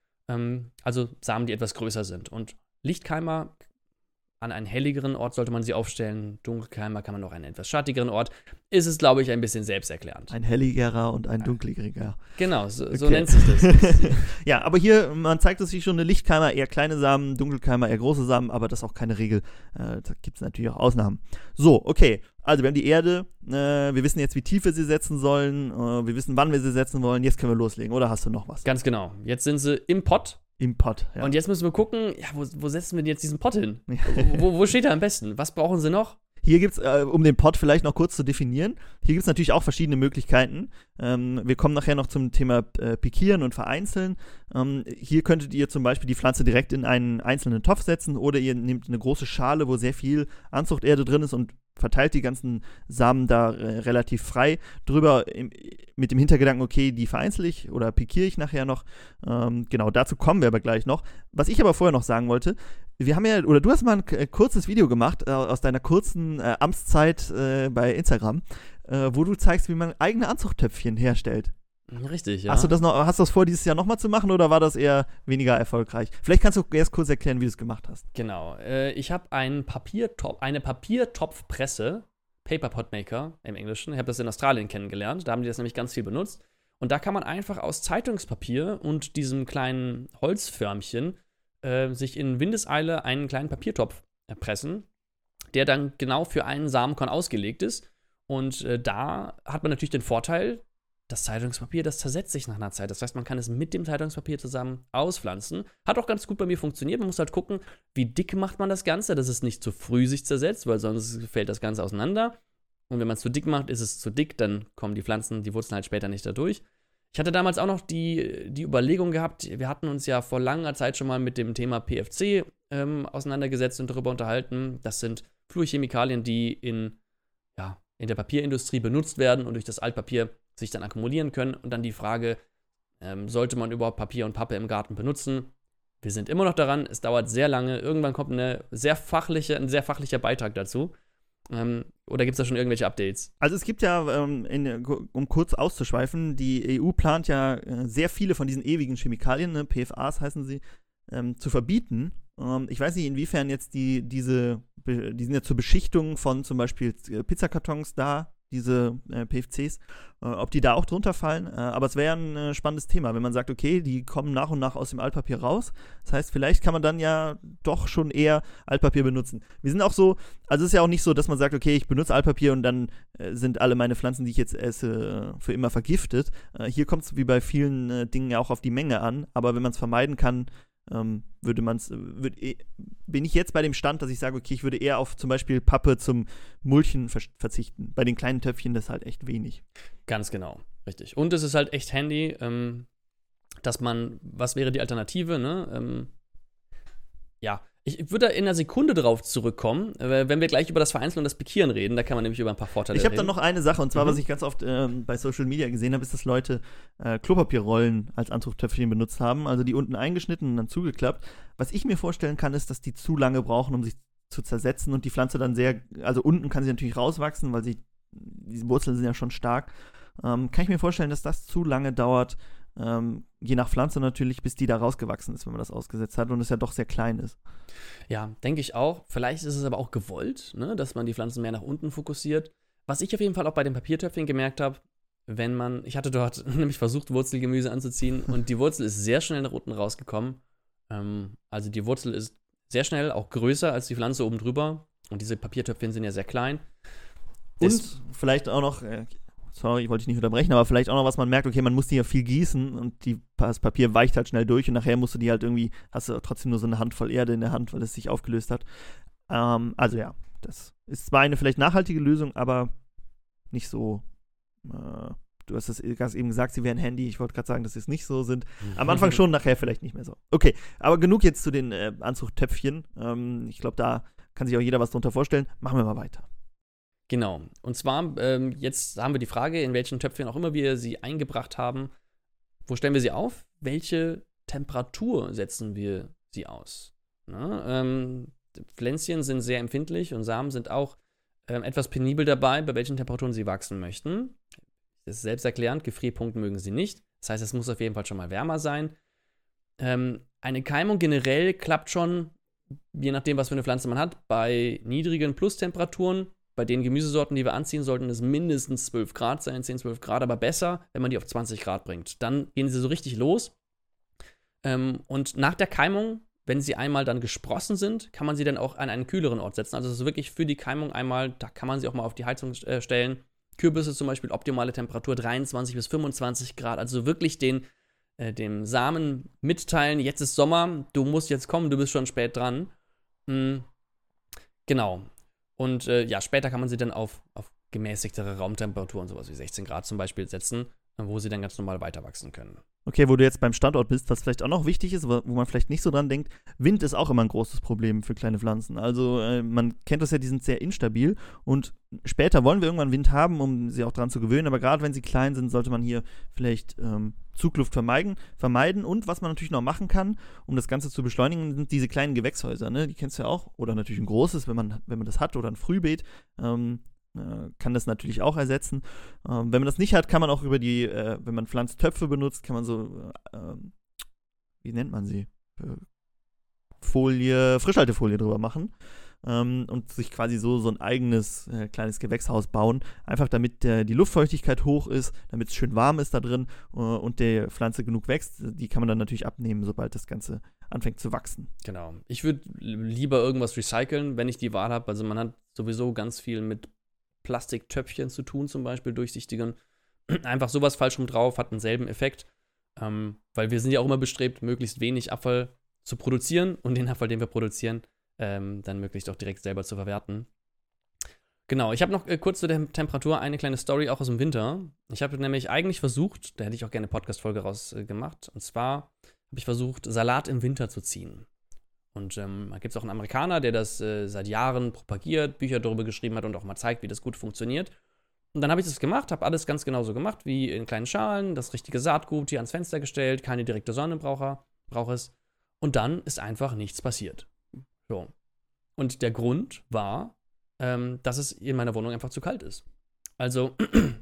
Ähm, also Samen, die etwas größer sind. Und Lichtkeimer, an einen helligeren Ort sollte man sie aufstellen. Dunkelkeimer kann man noch an einen etwas schattigeren Ort. Ist es, glaube ich, ein bisschen selbsterklärend. Ein helligerer und ein dunkligerer. Genau, so, okay. so nennt sich das. Ja, aber hier, man zeigt es sich schon, eine Lichtkeimer eher kleine Samen, Dunkelkeimer eher große Samen, aber das ist auch keine Regel. Äh, da gibt es natürlich auch Ausnahmen. So, okay. Also wir haben die Erde, äh, wir wissen jetzt, wie tief wir sie setzen sollen, äh, wir wissen, wann wir sie setzen wollen, jetzt können wir loslegen, oder hast du noch was? Ganz genau, jetzt sind sie im Pott. Im Pott, ja. Und jetzt müssen wir gucken, ja, wo, wo setzen wir denn jetzt diesen Pott hin? wo, wo steht er am besten? Was brauchen sie noch? Hier gibt es, äh, um den Pott vielleicht noch kurz zu definieren, hier gibt es natürlich auch verschiedene Möglichkeiten. Ähm, wir kommen nachher noch zum Thema äh, Pikieren und Vereinzeln. Ähm, hier könntet ihr zum Beispiel die Pflanze direkt in einen einzelnen Topf setzen oder ihr nehmt eine große Schale, wo sehr viel Anzuchterde drin ist und verteilt die ganzen Samen da äh, relativ frei drüber im, mit dem Hintergedanken, okay, die vereinzel ich oder pikiere ich nachher noch. Ähm, genau, dazu kommen wir aber gleich noch. Was ich aber vorher noch sagen wollte, wir haben ja, oder du hast mal ein äh, kurzes Video gemacht äh, aus deiner kurzen äh, Amtszeit äh, bei Instagram, äh, wo du zeigst, wie man eigene Anzuchttöpfchen herstellt. Richtig, ja. Hast du das noch, hast du das vor, dieses Jahr nochmal zu machen oder war das eher weniger erfolgreich? Vielleicht kannst du erst kurz erklären, wie du es gemacht hast. Genau. Äh, ich habe einen Papiertopf, eine Papiertopfpresse, Paper Pot Maker im Englischen. Ich habe das in Australien kennengelernt. Da haben die das nämlich ganz viel benutzt. Und da kann man einfach aus Zeitungspapier und diesem kleinen Holzförmchen äh, sich in Windeseile einen kleinen Papiertopf äh, pressen, der dann genau für einen Samenkorn ausgelegt ist. Und äh, da hat man natürlich den Vorteil, das Zeitungspapier, das zersetzt sich nach einer Zeit. Das heißt, man kann es mit dem Zeitungspapier zusammen auspflanzen. Hat auch ganz gut bei mir funktioniert. Man muss halt gucken, wie dick macht man das Ganze, dass es nicht zu früh sich zersetzt, weil sonst fällt das Ganze auseinander. Und wenn man es zu dick macht, ist es zu dick, dann kommen die Pflanzen, die Wurzeln halt später nicht da durch. Ich hatte damals auch noch die, die Überlegung gehabt, wir hatten uns ja vor langer Zeit schon mal mit dem Thema P F C ähm, auseinandergesetzt und darüber unterhalten. Das sind Fluorchemikalien, die in, ja, in der Papierindustrie benutzt werden und durch das Altpapier sich dann akkumulieren können. Und dann die Frage, ähm, sollte man überhaupt Papier und Pappe im Garten benutzen? Wir sind immer noch daran, es dauert sehr lange. Irgendwann kommt eine sehr fachliche, ein sehr fachlicher Beitrag dazu. Ähm, oder gibt es da schon irgendwelche Updates? Also es gibt ja, ähm, in, um kurz auszuschweifen, die E U plant ja äh, sehr viele von diesen ewigen Chemikalien, ne, P F As heißen sie, ähm, zu verbieten. Ähm, ich weiß nicht, inwiefern jetzt die, diese, die sind ja zur Beschichtung von zum Beispiel Pizzakartons da, diese äh, P F Cs, äh, ob die da auch drunter fallen. Äh, aber es wäre ein äh, spannendes Thema, wenn man sagt, okay, die kommen nach und nach aus dem Altpapier raus. Das heißt, vielleicht kann man dann ja doch schon eher Altpapier benutzen. Wir sind auch so, also es ist ja auch nicht so, dass man sagt, okay, ich benutze Altpapier und dann äh, sind alle meine Pflanzen, die ich jetzt esse, äh, für immer vergiftet. Äh, hier kommt es wie bei vielen äh, Dingen ja auch auf die Menge an. Aber wenn man es vermeiden kann, Ähm, würde man es, würd, bin ich jetzt bei dem Stand, dass ich sage, okay, ich würde eher auf zum Beispiel Pappe zum Mulchen ver- verzichten. Bei den kleinen Töpfchen, das ist halt echt wenig. Ganz genau, richtig. Und es ist halt echt handy, ähm, dass man, was wäre die Alternative, ne? Ähm, ja, ich würde da in einer Sekunde drauf zurückkommen, äh, wenn wir gleich über das Vereinzeln und das Pikieren reden. Da kann man nämlich über ein paar Vorteile ich hab reden. Ich habe dann noch eine Sache, und zwar, mhm. was ich ganz oft ähm, bei Social Media gesehen habe, ist, dass Leute äh, Klopapierrollen als Anzuchttöpfchen benutzt haben, also die unten eingeschnitten und dann zugeklappt. Was ich mir vorstellen kann, ist, dass die zu lange brauchen, um sich zu zersetzen und die Pflanze dann sehr, also unten kann sie natürlich rauswachsen, weil sie, diese Wurzeln sind ja schon stark. ähm, kann ich mir vorstellen, dass das zu lange dauert, ähm, je nach Pflanze natürlich, bis die da rausgewachsen ist, wenn man das ausgesetzt hat und es ja doch sehr klein ist. Ja, denke ich auch. Vielleicht ist es aber auch gewollt, ne, dass man die Pflanzen mehr nach unten fokussiert. Was ich auf jeden Fall auch bei den Papiertöpfchen gemerkt habe, wenn man, ich hatte dort nämlich versucht, Wurzelgemüse anzuziehen und die Wurzel ist sehr schnell nach unten rausgekommen. Ähm, also die Wurzel ist sehr schnell auch größer als die Pflanze oben drüber und diese Papiertöpfchen sind ja sehr klein. Und das vielleicht auch noch, äh, sorry, wollte ich nicht unterbrechen, aber vielleicht auch noch, was man merkt, okay, man muss die ja viel gießen und die, das Papier weicht halt schnell durch und nachher musst du die halt irgendwie, hast du trotzdem nur so eine Handvoll Erde in der Hand, weil es sich aufgelöst hat. Ähm, also ja, das ist zwar eine vielleicht nachhaltige Lösung, aber nicht so, äh, du hast es eben gesagt, sie wären Handy, ich wollte gerade sagen, dass sie es nicht so sind. Am Anfang schon, nachher vielleicht nicht mehr so. Okay, aber genug jetzt zu den äh, Anzuchttöpfchen. Ähm, ich glaube, da kann sich auch jeder was drunter vorstellen. Machen wir mal weiter. Genau. Und zwar, ähm, jetzt haben wir die Frage, in welchen Töpfchen auch immer wir sie eingebracht haben, wo stellen wir sie auf? Welche Temperatur setzen wir sie aus? Na, ähm, Pflänzchen sind sehr empfindlich und Samen sind auch ähm, etwas penibel dabei, bei welchen Temperaturen sie wachsen möchten. Das ist selbsterklärend, Gefrierpunkt mögen sie nicht. Das heißt, es muss auf jeden Fall schon mal wärmer sein. Ähm, eine Keimung generell klappt schon, je nachdem, was für eine Pflanze man hat, bei niedrigen Plustemperaturen. Bei den Gemüsesorten, die wir anziehen, sollten es mindestens zwölf Grad sein, zehn, zwölf Grad, aber besser, wenn man die auf zwanzig Grad bringt. Dann gehen sie so richtig los. Ähm, und nach der Keimung, wenn sie einmal dann gesprossen sind, kann man sie dann auch an einen kühleren Ort setzen. Also es ist wirklich für die Keimung einmal, da kann man sie auch mal auf die Heizung äh, stellen. Kürbisse zum Beispiel, optimale Temperatur dreiundzwanzig bis fünfundzwanzig Grad. Also wirklich den, äh, dem Samen mitteilen, jetzt ist Sommer, du musst jetzt kommen, du bist schon spät dran. Mhm. Genau. Und äh, ja, später kann man sie dann auf, auf gemäßigtere Raumtemperaturen, sowas wie sechzehn Grad zum Beispiel, setzen, wo sie dann ganz normal weiter wachsen können. Okay, wo du jetzt beim Standort bist, was vielleicht auch noch wichtig ist, wo man vielleicht nicht so dran denkt, Wind ist auch immer ein großes Problem für kleine Pflanzen. Also äh, man kennt das ja, die sind sehr instabil und später wollen wir irgendwann Wind haben, um sie auch dran zu gewöhnen, aber gerade wenn sie klein sind, sollte man hier vielleicht ähm, Zugluft vermeiden, vermeiden. Und was man natürlich noch machen kann, um das Ganze zu beschleunigen, sind diese kleinen Gewächshäuser, ne? Die kennst du ja auch, oder natürlich ein großes, wenn man, wenn man das hat, oder ein Frühbeet, ähm, kann das natürlich auch ersetzen. Ähm, wenn man das nicht hat, kann man auch über die, äh, wenn man Pflanztöpfe benutzt, kann man so, äh, wie nennt man sie? Äh, Folie, Frischhaltefolie drüber machen ähm, und sich quasi so, so ein eigenes äh, kleines Gewächshaus bauen. Einfach damit äh, die Luftfeuchtigkeit hoch ist, damit es schön warm ist da drin äh, und der Pflanze genug wächst. Die kann man dann natürlich abnehmen, sobald das Ganze anfängt zu wachsen. Genau. Ich würde lieber irgendwas recyceln, wenn ich die Wahl habe. Also man hat sowieso ganz viel mit Plastiktöpfchen zu tun, zum Beispiel durchsichtigen. Einfach sowas falsch rum drauf, hat denselben Effekt. Ähm, weil wir sind ja auch immer bestrebt, möglichst wenig Abfall zu produzieren und den Abfall, den wir produzieren, ähm, dann möglichst auch direkt selber zu verwerten. Genau, ich habe noch äh, kurz zu der Temperatur eine kleine Story auch aus dem Winter. Ich habe nämlich eigentlich versucht, da hätte ich auch gerne eine Podcast-Folge raus äh, gemacht, und zwar habe ich versucht, Salat im Winter zu ziehen. Und ähm, da gibt es auch einen Amerikaner, der das äh, seit Jahren propagiert, Bücher darüber geschrieben hat und auch mal zeigt, wie das gut funktioniert. Und dann habe ich das gemacht, habe alles ganz genauso gemacht, wie in kleinen Schalen, das richtige Saatgut hier ans Fenster gestellt, keine direkte Sonne brauche brauch es. Und dann ist einfach nichts passiert. So. Und der Grund war, ähm, dass es in meiner Wohnung einfach zu kalt ist. Also,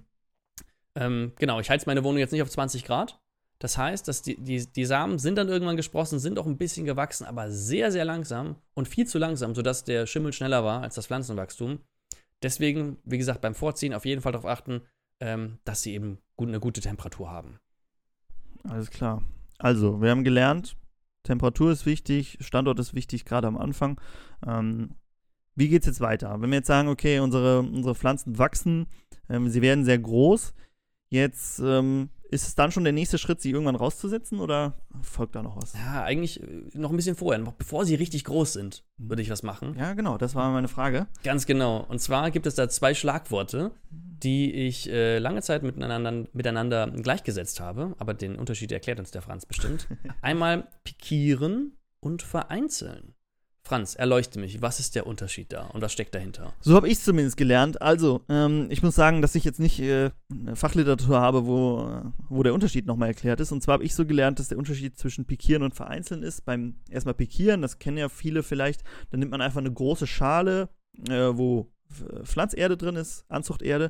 ähm, genau, ich heiz meine Wohnung jetzt nicht auf zwanzig Grad. Das heißt, dass die, die, die Samen sind dann irgendwann gesprossen, sind auch ein bisschen gewachsen, aber sehr, sehr langsam und viel zu langsam, sodass der Schimmel schneller war als das Pflanzenwachstum. Deswegen, wie gesagt, beim Vorziehen auf jeden Fall darauf achten, ähm, dass sie eben gut, eine gute Temperatur haben. Alles klar. Also, wir haben gelernt, Temperatur ist wichtig, Standort ist wichtig, gerade am Anfang. Ähm, wie geht es jetzt weiter? Wenn wir jetzt sagen, okay, unsere, unsere Pflanzen wachsen, ähm, sie werden sehr groß, jetzt ähm, ist es dann schon der nächste Schritt, sie irgendwann rauszusetzen oder folgt da noch was? Ja, eigentlich noch ein bisschen vorher, noch bevor sie richtig groß sind, würde ich was machen. Ja, genau, das war meine Frage. Ganz genau. Und zwar gibt es da zwei Schlagworte, die ich äh, lange Zeit miteinander, miteinander gleichgesetzt habe, aber den Unterschied erklärt uns der Franz bestimmt. Einmal pikieren und vereinzeln. Franz, erleuchte mich, was ist der Unterschied da und was steckt dahinter? So habe ich es zumindest gelernt. Also, ähm, ich muss sagen, dass ich jetzt nicht äh, eine Fachliteratur habe, wo, äh, wo der Unterschied nochmal erklärt ist. Und zwar habe ich so gelernt, dass der Unterschied zwischen Pikieren und Vereinzeln ist. Beim erstmal Pikieren, das kennen ja viele vielleicht, dann nimmt man einfach eine große Schale, äh, wo Pflanzerde drin ist, Anzuchterde,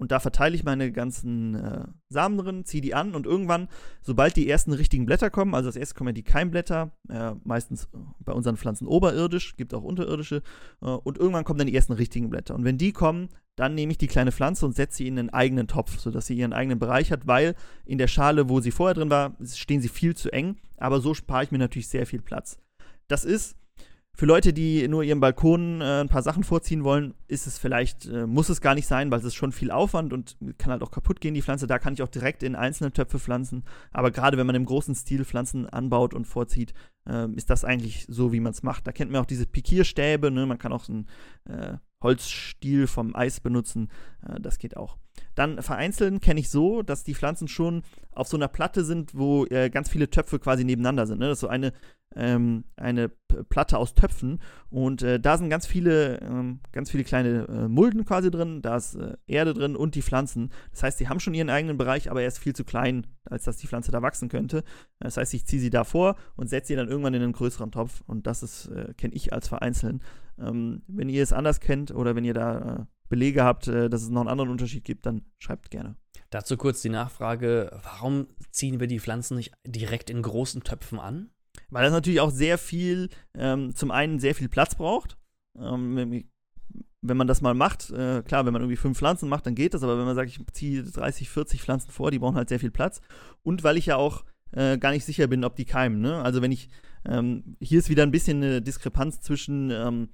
und da verteile ich meine ganzen äh, Samen drin, ziehe die an und irgendwann, sobald die ersten richtigen Blätter kommen, also als erstes kommen ja die Keimblätter, äh, meistens bei unseren Pflanzen oberirdisch, gibt auch unterirdische, äh, und irgendwann kommen dann die ersten richtigen Blätter. Und wenn die kommen, dann nehme ich die kleine Pflanze und setze sie in einen eigenen Topf, sodass sie ihren eigenen Bereich hat, weil in der Schale, wo sie vorher drin war, stehen sie viel zu eng, aber so spare ich mir natürlich sehr viel Platz. Das ist für Leute, die nur ihrem Balkon äh, ein paar Sachen vorziehen wollen, ist es vielleicht, äh, muss es gar nicht sein, weil es ist schon viel Aufwand und kann halt auch kaputt gehen, die Pflanze. Da kann ich auch direkt in einzelne Töpfe pflanzen. Aber gerade wenn man im großen Stil Pflanzen anbaut und vorzieht, äh, ist das eigentlich so, wie man es macht. Da kennt man auch diese Pikierstäbe, ne? Man kann auch so einen äh, Holzstiel vom Eis benutzen. Äh, das geht auch. Dann vereinzelt kenne ich so, dass die Pflanzen schon auf so einer Platte sind, wo äh, ganz viele Töpfe quasi nebeneinander sind. Ne? Das ist so eine, ähm, eine P- Platte aus Töpfen und äh, da sind ganz viele, ähm, ganz viele kleine äh, Mulden quasi drin, da ist äh, Erde drin und die Pflanzen. Das heißt, die haben schon ihren eigenen Bereich, aber er ist viel zu klein, als dass die Pflanze da wachsen könnte. Das heißt, ich ziehe sie da vor und setze sie dann irgendwann in einen größeren Topf und das ist, äh, kenne ich als Vereinzeln. Ähm, wenn ihr es anders kennt oder wenn ihr da äh, Belege habt, äh, dass es noch einen anderen Unterschied gibt, dann schreibt gerne. Dazu kurz die Nachfrage, warum ziehen wir die Pflanzen nicht direkt in großen Töpfen an? Weil das natürlich auch sehr viel, ähm, zum einen sehr viel Platz braucht. Ähm, wenn man das mal macht, äh, klar, wenn man irgendwie fünf Pflanzen macht, dann geht das, aber wenn man sagt, ich ziehe dreißig, vierzig Pflanzen vor, die brauchen halt sehr viel Platz. Und weil ich ja auch äh, gar nicht sicher bin, ob die keimen. Ne? Also wenn ich, ähm, hier ist wieder ein bisschen eine Diskrepanz zwischen ähm,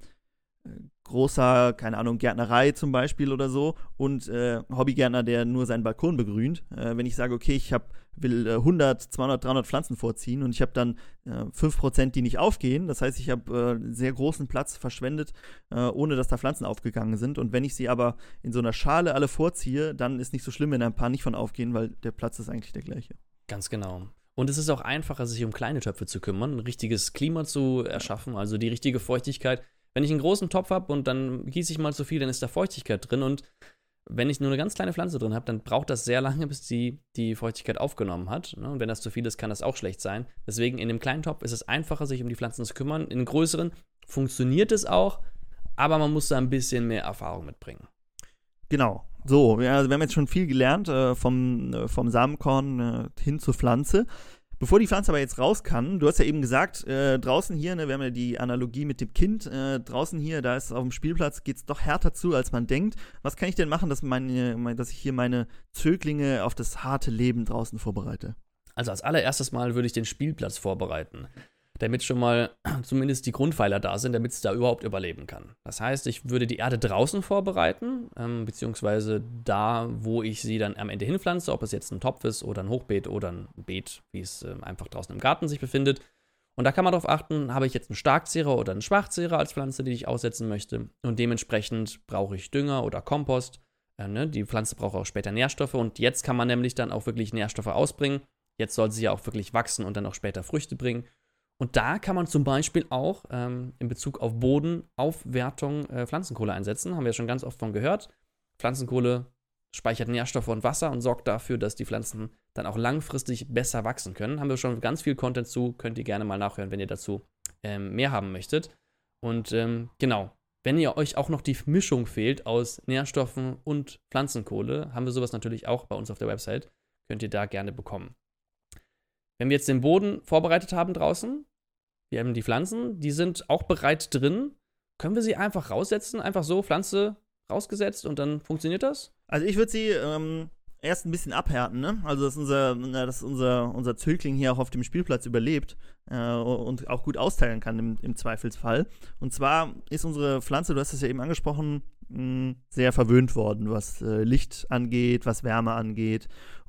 großer, keine Ahnung, Gärtnerei zum Beispiel oder so und äh, Hobbygärtner, der nur seinen Balkon begrünt. Äh, wenn ich sage, okay, ich hab, will äh, hundert, zweihundert, dreihundert Pflanzen vorziehen und ich habe dann äh, fünf Prozent, die nicht aufgehen, das heißt, ich habe äh, sehr großen Platz verschwendet, äh, ohne dass da Pflanzen aufgegangen sind und wenn ich sie aber in so einer Schale alle vorziehe, dann ist nicht so schlimm, wenn ein paar nicht von aufgehen, weil der Platz ist eigentlich der gleiche. Ganz genau. Und es ist auch einfacher, sich um kleine Töpfe zu kümmern, ein richtiges Klima zu erschaffen, also die richtige Feuchtigkeit. Wenn ich einen großen Topf habe und dann gieße ich mal zu viel, dann ist da Feuchtigkeit drin und wenn ich nur eine ganz kleine Pflanze drin habe, dann braucht das sehr lange, bis die die Feuchtigkeit aufgenommen hat. Ne? Und wenn das zu viel ist, kann das auch schlecht sein. Deswegen in dem kleinen Topf ist es einfacher, sich um die Pflanzen zu kümmern. In den größeren funktioniert es auch, aber man muss da ein bisschen mehr Erfahrung mitbringen. Genau. So, wir, also wir haben jetzt schon viel gelernt, äh, vom, äh, vom Samenkorn äh, hin zur Pflanze. Bevor die Pflanze aber jetzt raus kann, du hast ja eben gesagt, äh, draußen hier, ne, wir haben ja die Analogie mit dem Kind, äh, draußen hier, da ist auf dem Spielplatz, geht es doch härter zu, als man denkt. Was kann ich denn machen, dass, meine, mein, dass ich hier meine Zöglinge auf das harte Leben draußen vorbereite? Also als allererstes Mal würde ich den Spielplatz vorbereiten, damit schon mal zumindest die Grundpfeiler da sind, damit es da überhaupt überleben kann. Das heißt, ich würde die Erde draußen vorbereiten, ähm, beziehungsweise da, wo ich sie dann am Ende hinpflanze, ob es jetzt ein Topf ist oder ein Hochbeet oder ein Beet, wie es äh, einfach draußen im Garten sich befindet. Und da kann man darauf achten, habe ich jetzt einen Starkzehrer oder einen Schwachzehrer als Pflanze, die ich aussetzen möchte. Und dementsprechend brauche ich Dünger oder Kompost. Äh, ne? Die Pflanze braucht auch später Nährstoffe und jetzt kann man nämlich dann auch wirklich Nährstoffe ausbringen. Jetzt soll sie ja auch wirklich wachsen und dann auch später Früchte bringen. Und da kann man zum Beispiel auch ähm, in Bezug auf Bodenaufwertung äh, Pflanzenkohle einsetzen. Haben wir ja schon ganz oft von gehört. Pflanzenkohle speichert Nährstoffe und Wasser und sorgt dafür, dass die Pflanzen dann auch langfristig besser wachsen können. Haben wir schon ganz viel Content zu. Könnt ihr gerne mal nachhören, wenn ihr dazu ähm, mehr haben möchtet. Und ähm, genau, wenn ihr euch auch noch die Mischung fehlt aus Nährstoffen und Pflanzenkohle, haben wir sowas natürlich auch bei uns auf der Website. Könnt ihr da gerne bekommen. Wenn wir jetzt den Boden vorbereitet haben draußen, wir haben die Pflanzen, die sind auch bereit drin. Können wir sie einfach raussetzen? Einfach so, Pflanze rausgesetzt und dann funktioniert das? Also ich würde sie ähm, erst ein bisschen abhärten, ne? Also dass unser, na, dass unser, unser Zögling hier auch auf dem Spielplatz überlebt äh, und auch gut austeilen kann im, im Zweifelsfall. Und zwar ist unsere Pflanze, du hast es ja eben angesprochen, mh, sehr verwöhnt worden, was äh, Licht angeht, was Wärme angeht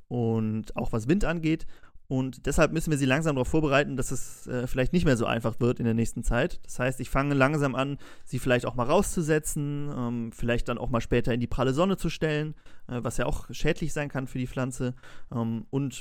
und auch was Wind angeht. Und deshalb müssen wir sie langsam darauf vorbereiten, dass es äh, vielleicht nicht mehr so einfach wird in der nächsten Zeit. Das heißt, ich fange langsam an, sie vielleicht auch mal rauszusetzen, ähm, vielleicht dann auch mal später in die pralle Sonne zu stellen, äh, was ja auch schädlich sein kann für die Pflanze. Ähm, und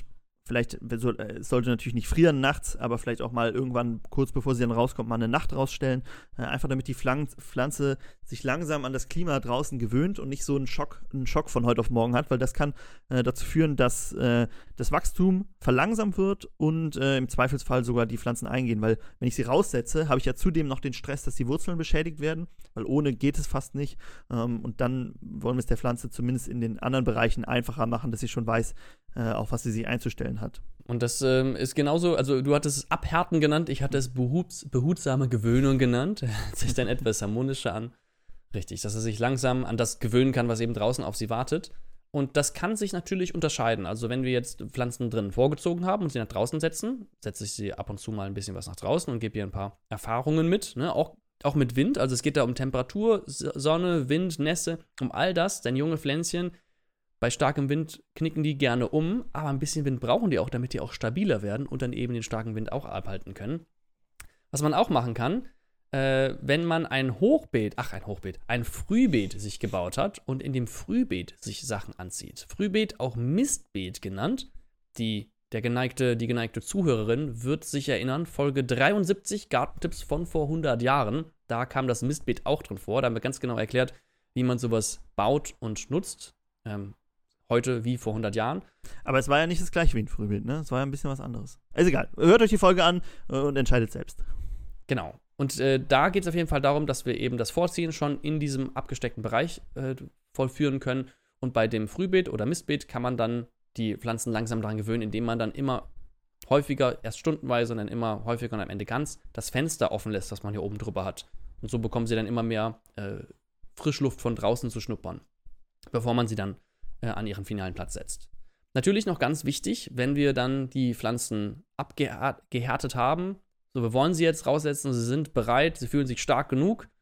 vielleicht, es sollte natürlich nicht frieren nachts, aber vielleicht auch mal irgendwann, kurz bevor sie dann rauskommt, mal eine Nacht rausstellen. Äh, einfach damit die Pflanze sich langsam an das Klima draußen gewöhnt und nicht so einen Schock, einen Schock von heute auf morgen hat, weil das kann äh, dazu führen, dass äh, das Wachstum verlangsamt wird und äh, im Zweifelsfall sogar die Pflanzen eingehen. Weil wenn ich sie raussetze, habe ich ja zudem noch den Stress, dass die Wurzeln beschädigt werden, weil ohne geht es fast nicht. Ähm, und dann wollen wir es der Pflanze zumindest in den anderen Bereichen einfacher machen, dass sie schon weiß, äh, auf was sie sich einzustellen hat. Und das ähm, ist genauso, also du hattest es Abhärten genannt, ich hatte es behuts, behutsame Gewöhnung genannt. Hört sich dann etwas harmonischer an. Richtig, dass er sich langsam an das gewöhnen kann, was eben draußen auf sie wartet. Und das kann sich natürlich unterscheiden. Also wenn wir jetzt Pflanzen drin vorgezogen haben und sie nach draußen setzen, setze ich sie ab und zu mal ein bisschen was nach draußen und gebe ihr ein paar Erfahrungen mit, ne? Auch, auch mit Wind. Also es geht da um Temperatur, Sonne, Wind, Nässe, um all das. Denn junge Pflänzchen, bei starkem Wind knicken die gerne um, aber ein bisschen Wind brauchen die auch, damit die auch stabiler werden und dann eben den starken Wind auch abhalten können. Was man auch machen kann, äh, wenn man ein Hochbeet, ach ein Hochbeet, ein Frühbeet sich gebaut hat und in dem Frühbeet sich Sachen anzieht. Frühbeet, auch Mistbeet genannt. Die, der geneigte, die geneigte Zuhörerin wird sich erinnern, Folge dreiundsiebzig, Gartentipps von vor hundert Jahren. Da kam das Mistbeet auch drin vor. Da haben wir ganz genau erklärt, wie man sowas baut und nutzt. Ähm, Heute wie vor hundert Jahren. Aber es war ja nicht das gleiche wie ein Frühbeet, ne? Es war ja ein bisschen was anderes. Ist egal. Hört euch die Folge an äh, und entscheidet selbst. Genau. Und äh, da geht es auf jeden Fall darum, dass wir eben das Vorziehen schon in diesem abgesteckten Bereich äh, vollführen können. Und bei dem Frühbeet oder Mistbeet kann man dann die Pflanzen langsam daran gewöhnen, indem man dann immer häufiger, erst stundenweise und dann immer häufiger und am Ende ganz, das Fenster offen lässt, was man hier oben drüber hat. Und so bekommen sie dann immer mehr äh, Frischluft von draußen zu schnuppern, bevor man sie dann an ihren finalen Platz setzt. Natürlich noch ganz wichtig, wenn wir dann die Pflanzen abgehärtet haben, so wir wollen sie jetzt raussetzen, sie sind bereit, sie fühlen sich stark genug,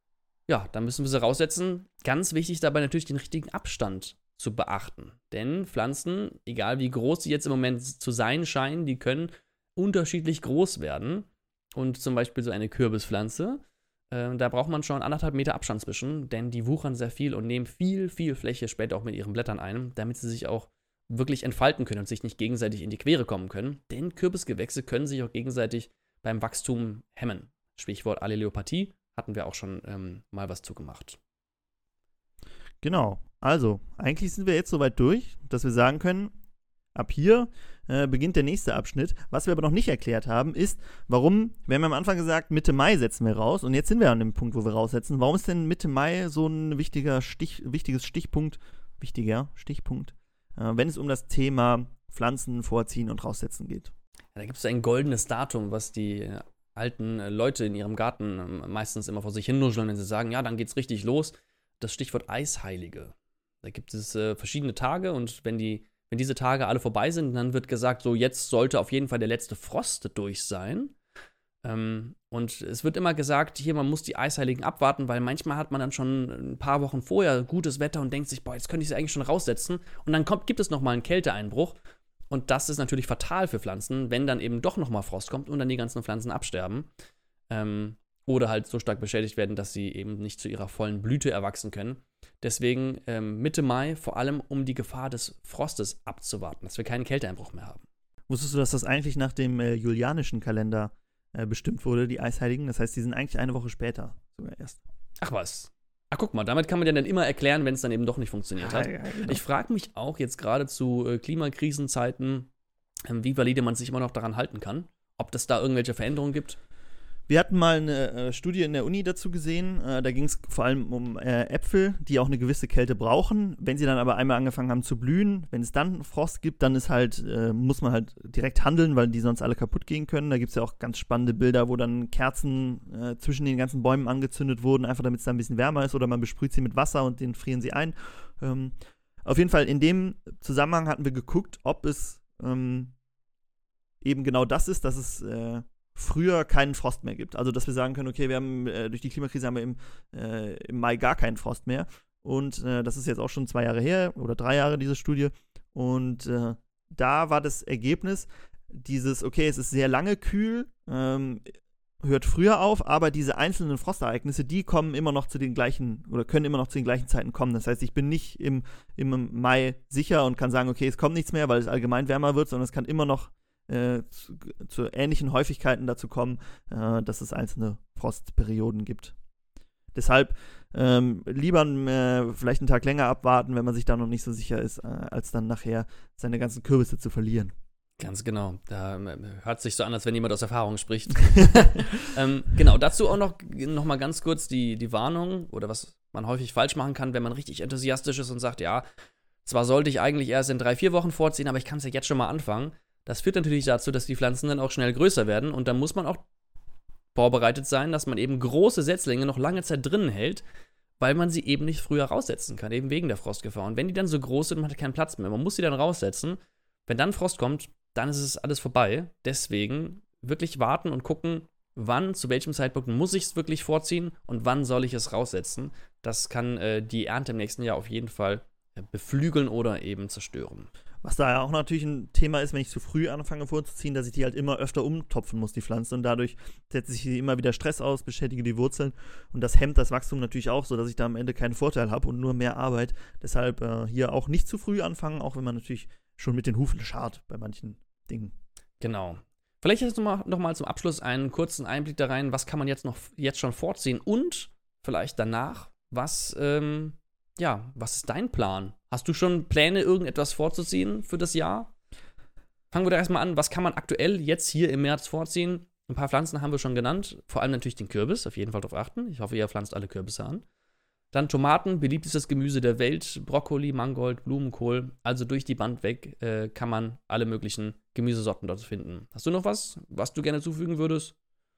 ja, dann müssen wir sie raussetzen. Ganz wichtig dabei natürlich den richtigen Abstand zu beachten, denn Pflanzen, egal wie groß sie jetzt im Moment zu sein scheinen, die können unterschiedlich groß werden und zum Beispiel so eine Kürbispflanze, da braucht man schon anderthalb Meter Abstand zwischen, denn die wuchern sehr viel und nehmen viel, viel Fläche später auch mit ihren Blättern ein, damit sie sich auch wirklich entfalten können und sich nicht gegenseitig in die Quere kommen können. Denn Kürbisgewächse können sich auch gegenseitig beim Wachstum hemmen. Stichwort Allelopathie, hatten wir auch schon ähm, mal was zugemacht. Genau. Also, eigentlich sind wir jetzt soweit durch, dass wir sagen können, ab hier äh, beginnt der nächste Abschnitt. Was wir aber noch nicht erklärt haben, ist, warum, wir haben am Anfang gesagt, Mitte Mai setzen wir raus und jetzt sind wir an dem Punkt, wo wir raussetzen. Warum ist denn Mitte Mai so ein wichtiger Stich, wichtiges Stichpunkt, wichtiger Stichpunkt, äh, wenn es um das Thema Pflanzen vorziehen und raussetzen geht? Ja, da gibt es ein goldenes Datum, was die äh, alten äh, Leute in ihrem Garten äh, meistens immer vor sich hin nuscheln, wenn sie sagen, ja, dann geht's richtig los. Das Stichwort Eisheilige. Da gibt es äh, verschiedene Tage und wenn die Wenn diese Tage alle vorbei sind, dann wird gesagt, so jetzt sollte auf jeden Fall der letzte Frost durch sein. Ähm, und es wird immer gesagt, hier, man muss die Eisheiligen abwarten, weil manchmal hat man dann schon ein paar Wochen vorher gutes Wetter und denkt sich, boah, jetzt könnte ich sie eigentlich schon raussetzen. Und dann kommt, gibt es nochmal einen Kälteeinbruch. Und das ist natürlich fatal für Pflanzen, wenn dann eben doch nochmal Frost kommt und dann die ganzen Pflanzen absterben. Ähm, oder halt so stark beschädigt werden, dass sie eben nicht zu ihrer vollen Blüte erwachsen können. Deswegen ähm, Mitte Mai vor allem, um die Gefahr des Frostes abzuwarten, dass wir keinen Kälteeinbruch mehr haben. Wusstest du, dass das eigentlich nach dem äh, julianischen Kalender äh, bestimmt wurde, die Eisheiligen? Das heißt, die sind eigentlich eine Woche später sogar erst. Ach was. Ach guck mal, damit kann man ja dann immer erklären, wenn es dann eben doch nicht funktioniert hat. Ja, ja, genau. Ich frage mich auch jetzt gerade zu äh, Klimakrisenzeiten, äh, wie valide man sich immer noch daran halten kann. Ob das da irgendwelche Veränderungen gibt. Wir hatten mal eine äh, Studie in der Uni dazu gesehen. Äh, da ging es vor allem um äh, Äpfel, die auch eine gewisse Kälte brauchen. Wenn sie dann aber einmal angefangen haben zu blühen, wenn es dann Frost gibt, dann ist halt, äh, muss man halt direkt handeln, weil die sonst alle kaputt gehen können. Da gibt es ja auch ganz spannende Bilder, wo dann Kerzen äh, zwischen den ganzen Bäumen angezündet wurden, einfach damit es da ein bisschen wärmer ist. Oder man besprüht sie mit Wasser und den frieren sie ein. Ähm, auf jeden Fall in dem Zusammenhang hatten wir geguckt, ob es ähm, eben genau das ist, dass es äh, früher keinen Frost mehr gibt. Also, dass wir sagen können, okay, wir haben äh, durch die Klimakrise haben wir im, äh, im Mai gar keinen Frost mehr. Und äh, das ist jetzt auch schon zwei Jahre her oder drei Jahre, diese Studie. Und äh, da war das Ergebnis dieses, okay, es ist sehr lange kühl, ähm, hört früher auf, aber diese einzelnen Frostereignisse, die kommen immer noch zu den gleichen oder können immer noch zu den gleichen Zeiten kommen. Das heißt, ich bin nicht im, im Mai sicher und kann sagen, okay, es kommt nichts mehr, weil es allgemein wärmer wird, sondern es kann immer noch äh, zu, zu ähnlichen Häufigkeiten dazu kommen, äh, dass es einzelne Frostperioden gibt. Deshalb ähm, lieber äh, vielleicht einen Tag länger abwarten, wenn man sich da noch nicht so sicher ist, äh, als dann nachher seine ganzen Kürbisse zu verlieren. Ganz genau. Da äh, hört sich so an, als wenn jemand aus Erfahrung spricht. ähm, genau, dazu auch noch, noch mal ganz kurz die, die Warnung oder was man häufig falsch machen kann, wenn man richtig enthusiastisch ist und sagt, ja, zwar sollte ich eigentlich erst in drei, vier Wochen vorziehen, aber ich kann es ja jetzt schon mal anfangen. Das führt natürlich dazu, dass die Pflanzen dann auch schnell größer werden und dann muss man auch vorbereitet sein, dass man eben große Setzlinge noch lange Zeit drinnen hält, weil man sie eben nicht früher raussetzen kann, eben wegen der Frostgefahr. Und wenn die dann so groß sind, man hat keinen Platz mehr, man muss sie dann raussetzen. Wenn dann Frost kommt, dann ist es alles vorbei. Deswegen wirklich warten und gucken, wann, zu welchem Zeitpunkt muss ich es wirklich vorziehen und wann soll ich es raussetzen. Das kann äh, die Ernte im nächsten Jahr auf jeden Fall äh, beflügeln oder eben zerstören. Was da ja auch natürlich ein Thema ist, wenn ich zu früh anfange vorzuziehen, dass ich die halt immer öfter umtopfen muss, die Pflanze. Und dadurch setze ich sie immer wieder Stress aus, beschädige die Wurzeln. Und das hemmt das Wachstum natürlich auch, sodass ich da am Ende keinen Vorteil habe und nur mehr Arbeit. Deshalb äh, hier auch nicht zu früh anfangen, auch wenn man natürlich schon mit den Hufen scharrt bei manchen Dingen. Genau. Vielleicht jetzt noch mal, noch mal zum Abschluss einen kurzen Einblick da rein, was kann man jetzt noch jetzt schon vorziehen und vielleicht danach, was, ähm, ja, was ist dein Plan? Hast du schon Pläne, irgendetwas vorzuziehen für das Jahr? Fangen wir da erstmal an, was kann man aktuell jetzt hier im März vorziehen? Ein paar Pflanzen haben wir schon genannt, vor allem natürlich den Kürbis, auf jeden Fall darauf achten. Ich hoffe, ihr pflanzt alle Kürbisse an. Dann Tomaten, beliebtestes Gemüse der Welt, Brokkoli, Mangold, Blumenkohl. Also durch die Band weg äh, kann man alle möglichen Gemüsesorten dort finden. Hast du noch was, was du gerne zufügen würdest?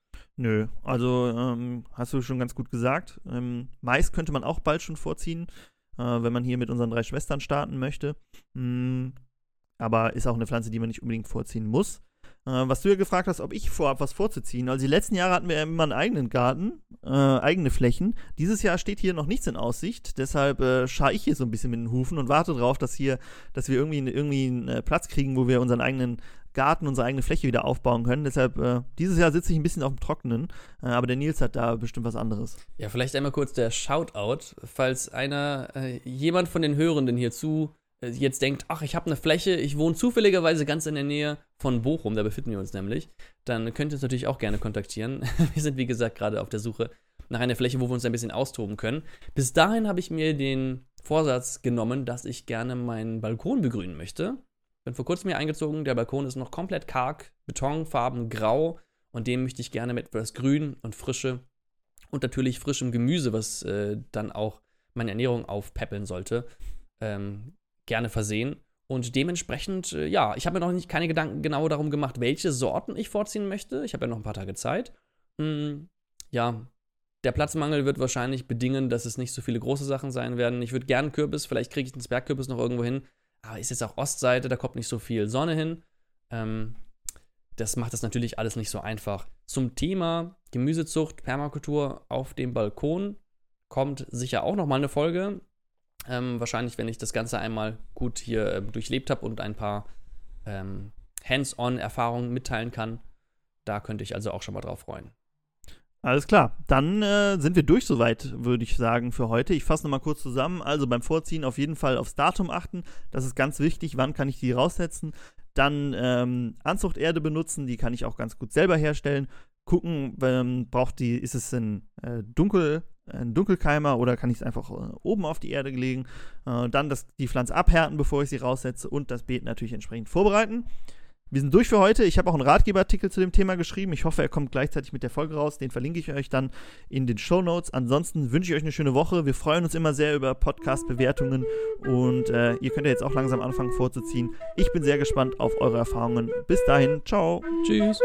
Nö, also ähm, hast du schon ganz gut gesagt. Ähm, Mais könnte man auch bald schon vorziehen, äh, wenn man hier mit unseren drei Schwestern starten möchte. Mm, aber ist auch eine Pflanze, die man nicht unbedingt vorziehen muss. Äh, was du ja gefragt hast, ob ich vorhabe, was vorzuziehen. Also die letzten Jahre hatten wir ja immer einen eigenen Garten, äh, eigene Flächen. Dieses Jahr steht hier noch nichts in Aussicht. Deshalb äh, schaue ich hier so ein bisschen mit den Hufen und warte darauf, dass hier, dass wir irgendwie, irgendwie einen äh, Platz kriegen, wo wir unseren eigenen Garten, unsere eigene Fläche wieder aufbauen können. Deshalb, äh, dieses Jahr sitze ich ein bisschen auf dem Trockenen, äh, aber der Nils hat da bestimmt was anderes. Ja, vielleicht einmal kurz der Shoutout, falls einer, äh, jemand von den Hörenden hierzu äh, jetzt denkt, ach, ich habe eine Fläche, ich wohne zufälligerweise ganz in der Nähe von Bochum, da befinden wir uns nämlich, dann könnt ihr uns natürlich auch gerne kontaktieren. Wir sind, wie gesagt, gerade auf der Suche nach einer Fläche, wo wir uns ein bisschen austoben können. Bis dahin habe ich mir den Vorsatz genommen, dass ich gerne meinen Balkon begrünen möchte. Bin vor kurzem hier eingezogen, der Balkon ist noch komplett karg, betonfarben, grau und den möchte ich gerne mit etwas Grün und Frische und natürlich frischem Gemüse, was äh, dann auch meine Ernährung aufpäppeln sollte, ähm, gerne versehen. Und dementsprechend, äh, ja, ich habe mir noch nicht keine Gedanken genau darum gemacht, welche Sorten ich vorziehen möchte. Ich habe ja noch ein paar Tage Zeit. Hm, ja, der Platzmangel wird wahrscheinlich bedingen, dass es nicht so viele große Sachen sein werden. Ich würde gerne Kürbis, vielleicht kriege ich den Zwergkürbis noch irgendwo hin. Aber ist jetzt auch Ostseite, da kommt nicht so viel Sonne hin. Ähm, das macht das natürlich alles nicht so einfach. Zum Thema Gemüsezucht, Permakultur auf dem Balkon kommt sicher auch nochmal eine Folge. Ähm, wahrscheinlich, wenn ich das Ganze einmal gut hier äh, durchlebt habe und ein paar ähm, Hands-on-Erfahrungen mitteilen kann. Da könnte ich also auch schon mal drauf freuen. Alles klar, dann äh, sind wir durch soweit, würde ich sagen, für heute. Ich fasse nochmal kurz zusammen. Also beim Vorziehen auf jeden Fall aufs Datum achten. Das ist ganz wichtig. Wann kann ich die raussetzen? Dann ähm, Anzuchterde benutzen. Die kann ich auch ganz gut selber herstellen. Gucken, ähm, braucht die, ist es ein, äh, Dunkel, ein Dunkelkeimer oder kann ich es einfach äh, oben auf die Erde legen? Äh, dann das, die Pflanze abhärten, bevor ich sie raussetze und das Beet natürlich entsprechend vorbereiten. Wir sind durch für heute. Ich habe auch einen Ratgeberartikel zu dem Thema geschrieben. Ich hoffe, er kommt gleichzeitig mit der Folge raus. Den verlinke ich euch dann in den Shownotes. Ansonsten wünsche ich euch eine schöne Woche. Wir freuen uns immer sehr über Podcast-Bewertungen und äh, ihr könnt ja jetzt auch langsam anfangen vorzuziehen. Ich bin sehr gespannt auf eure Erfahrungen. Bis dahin, ciao. Tschüss.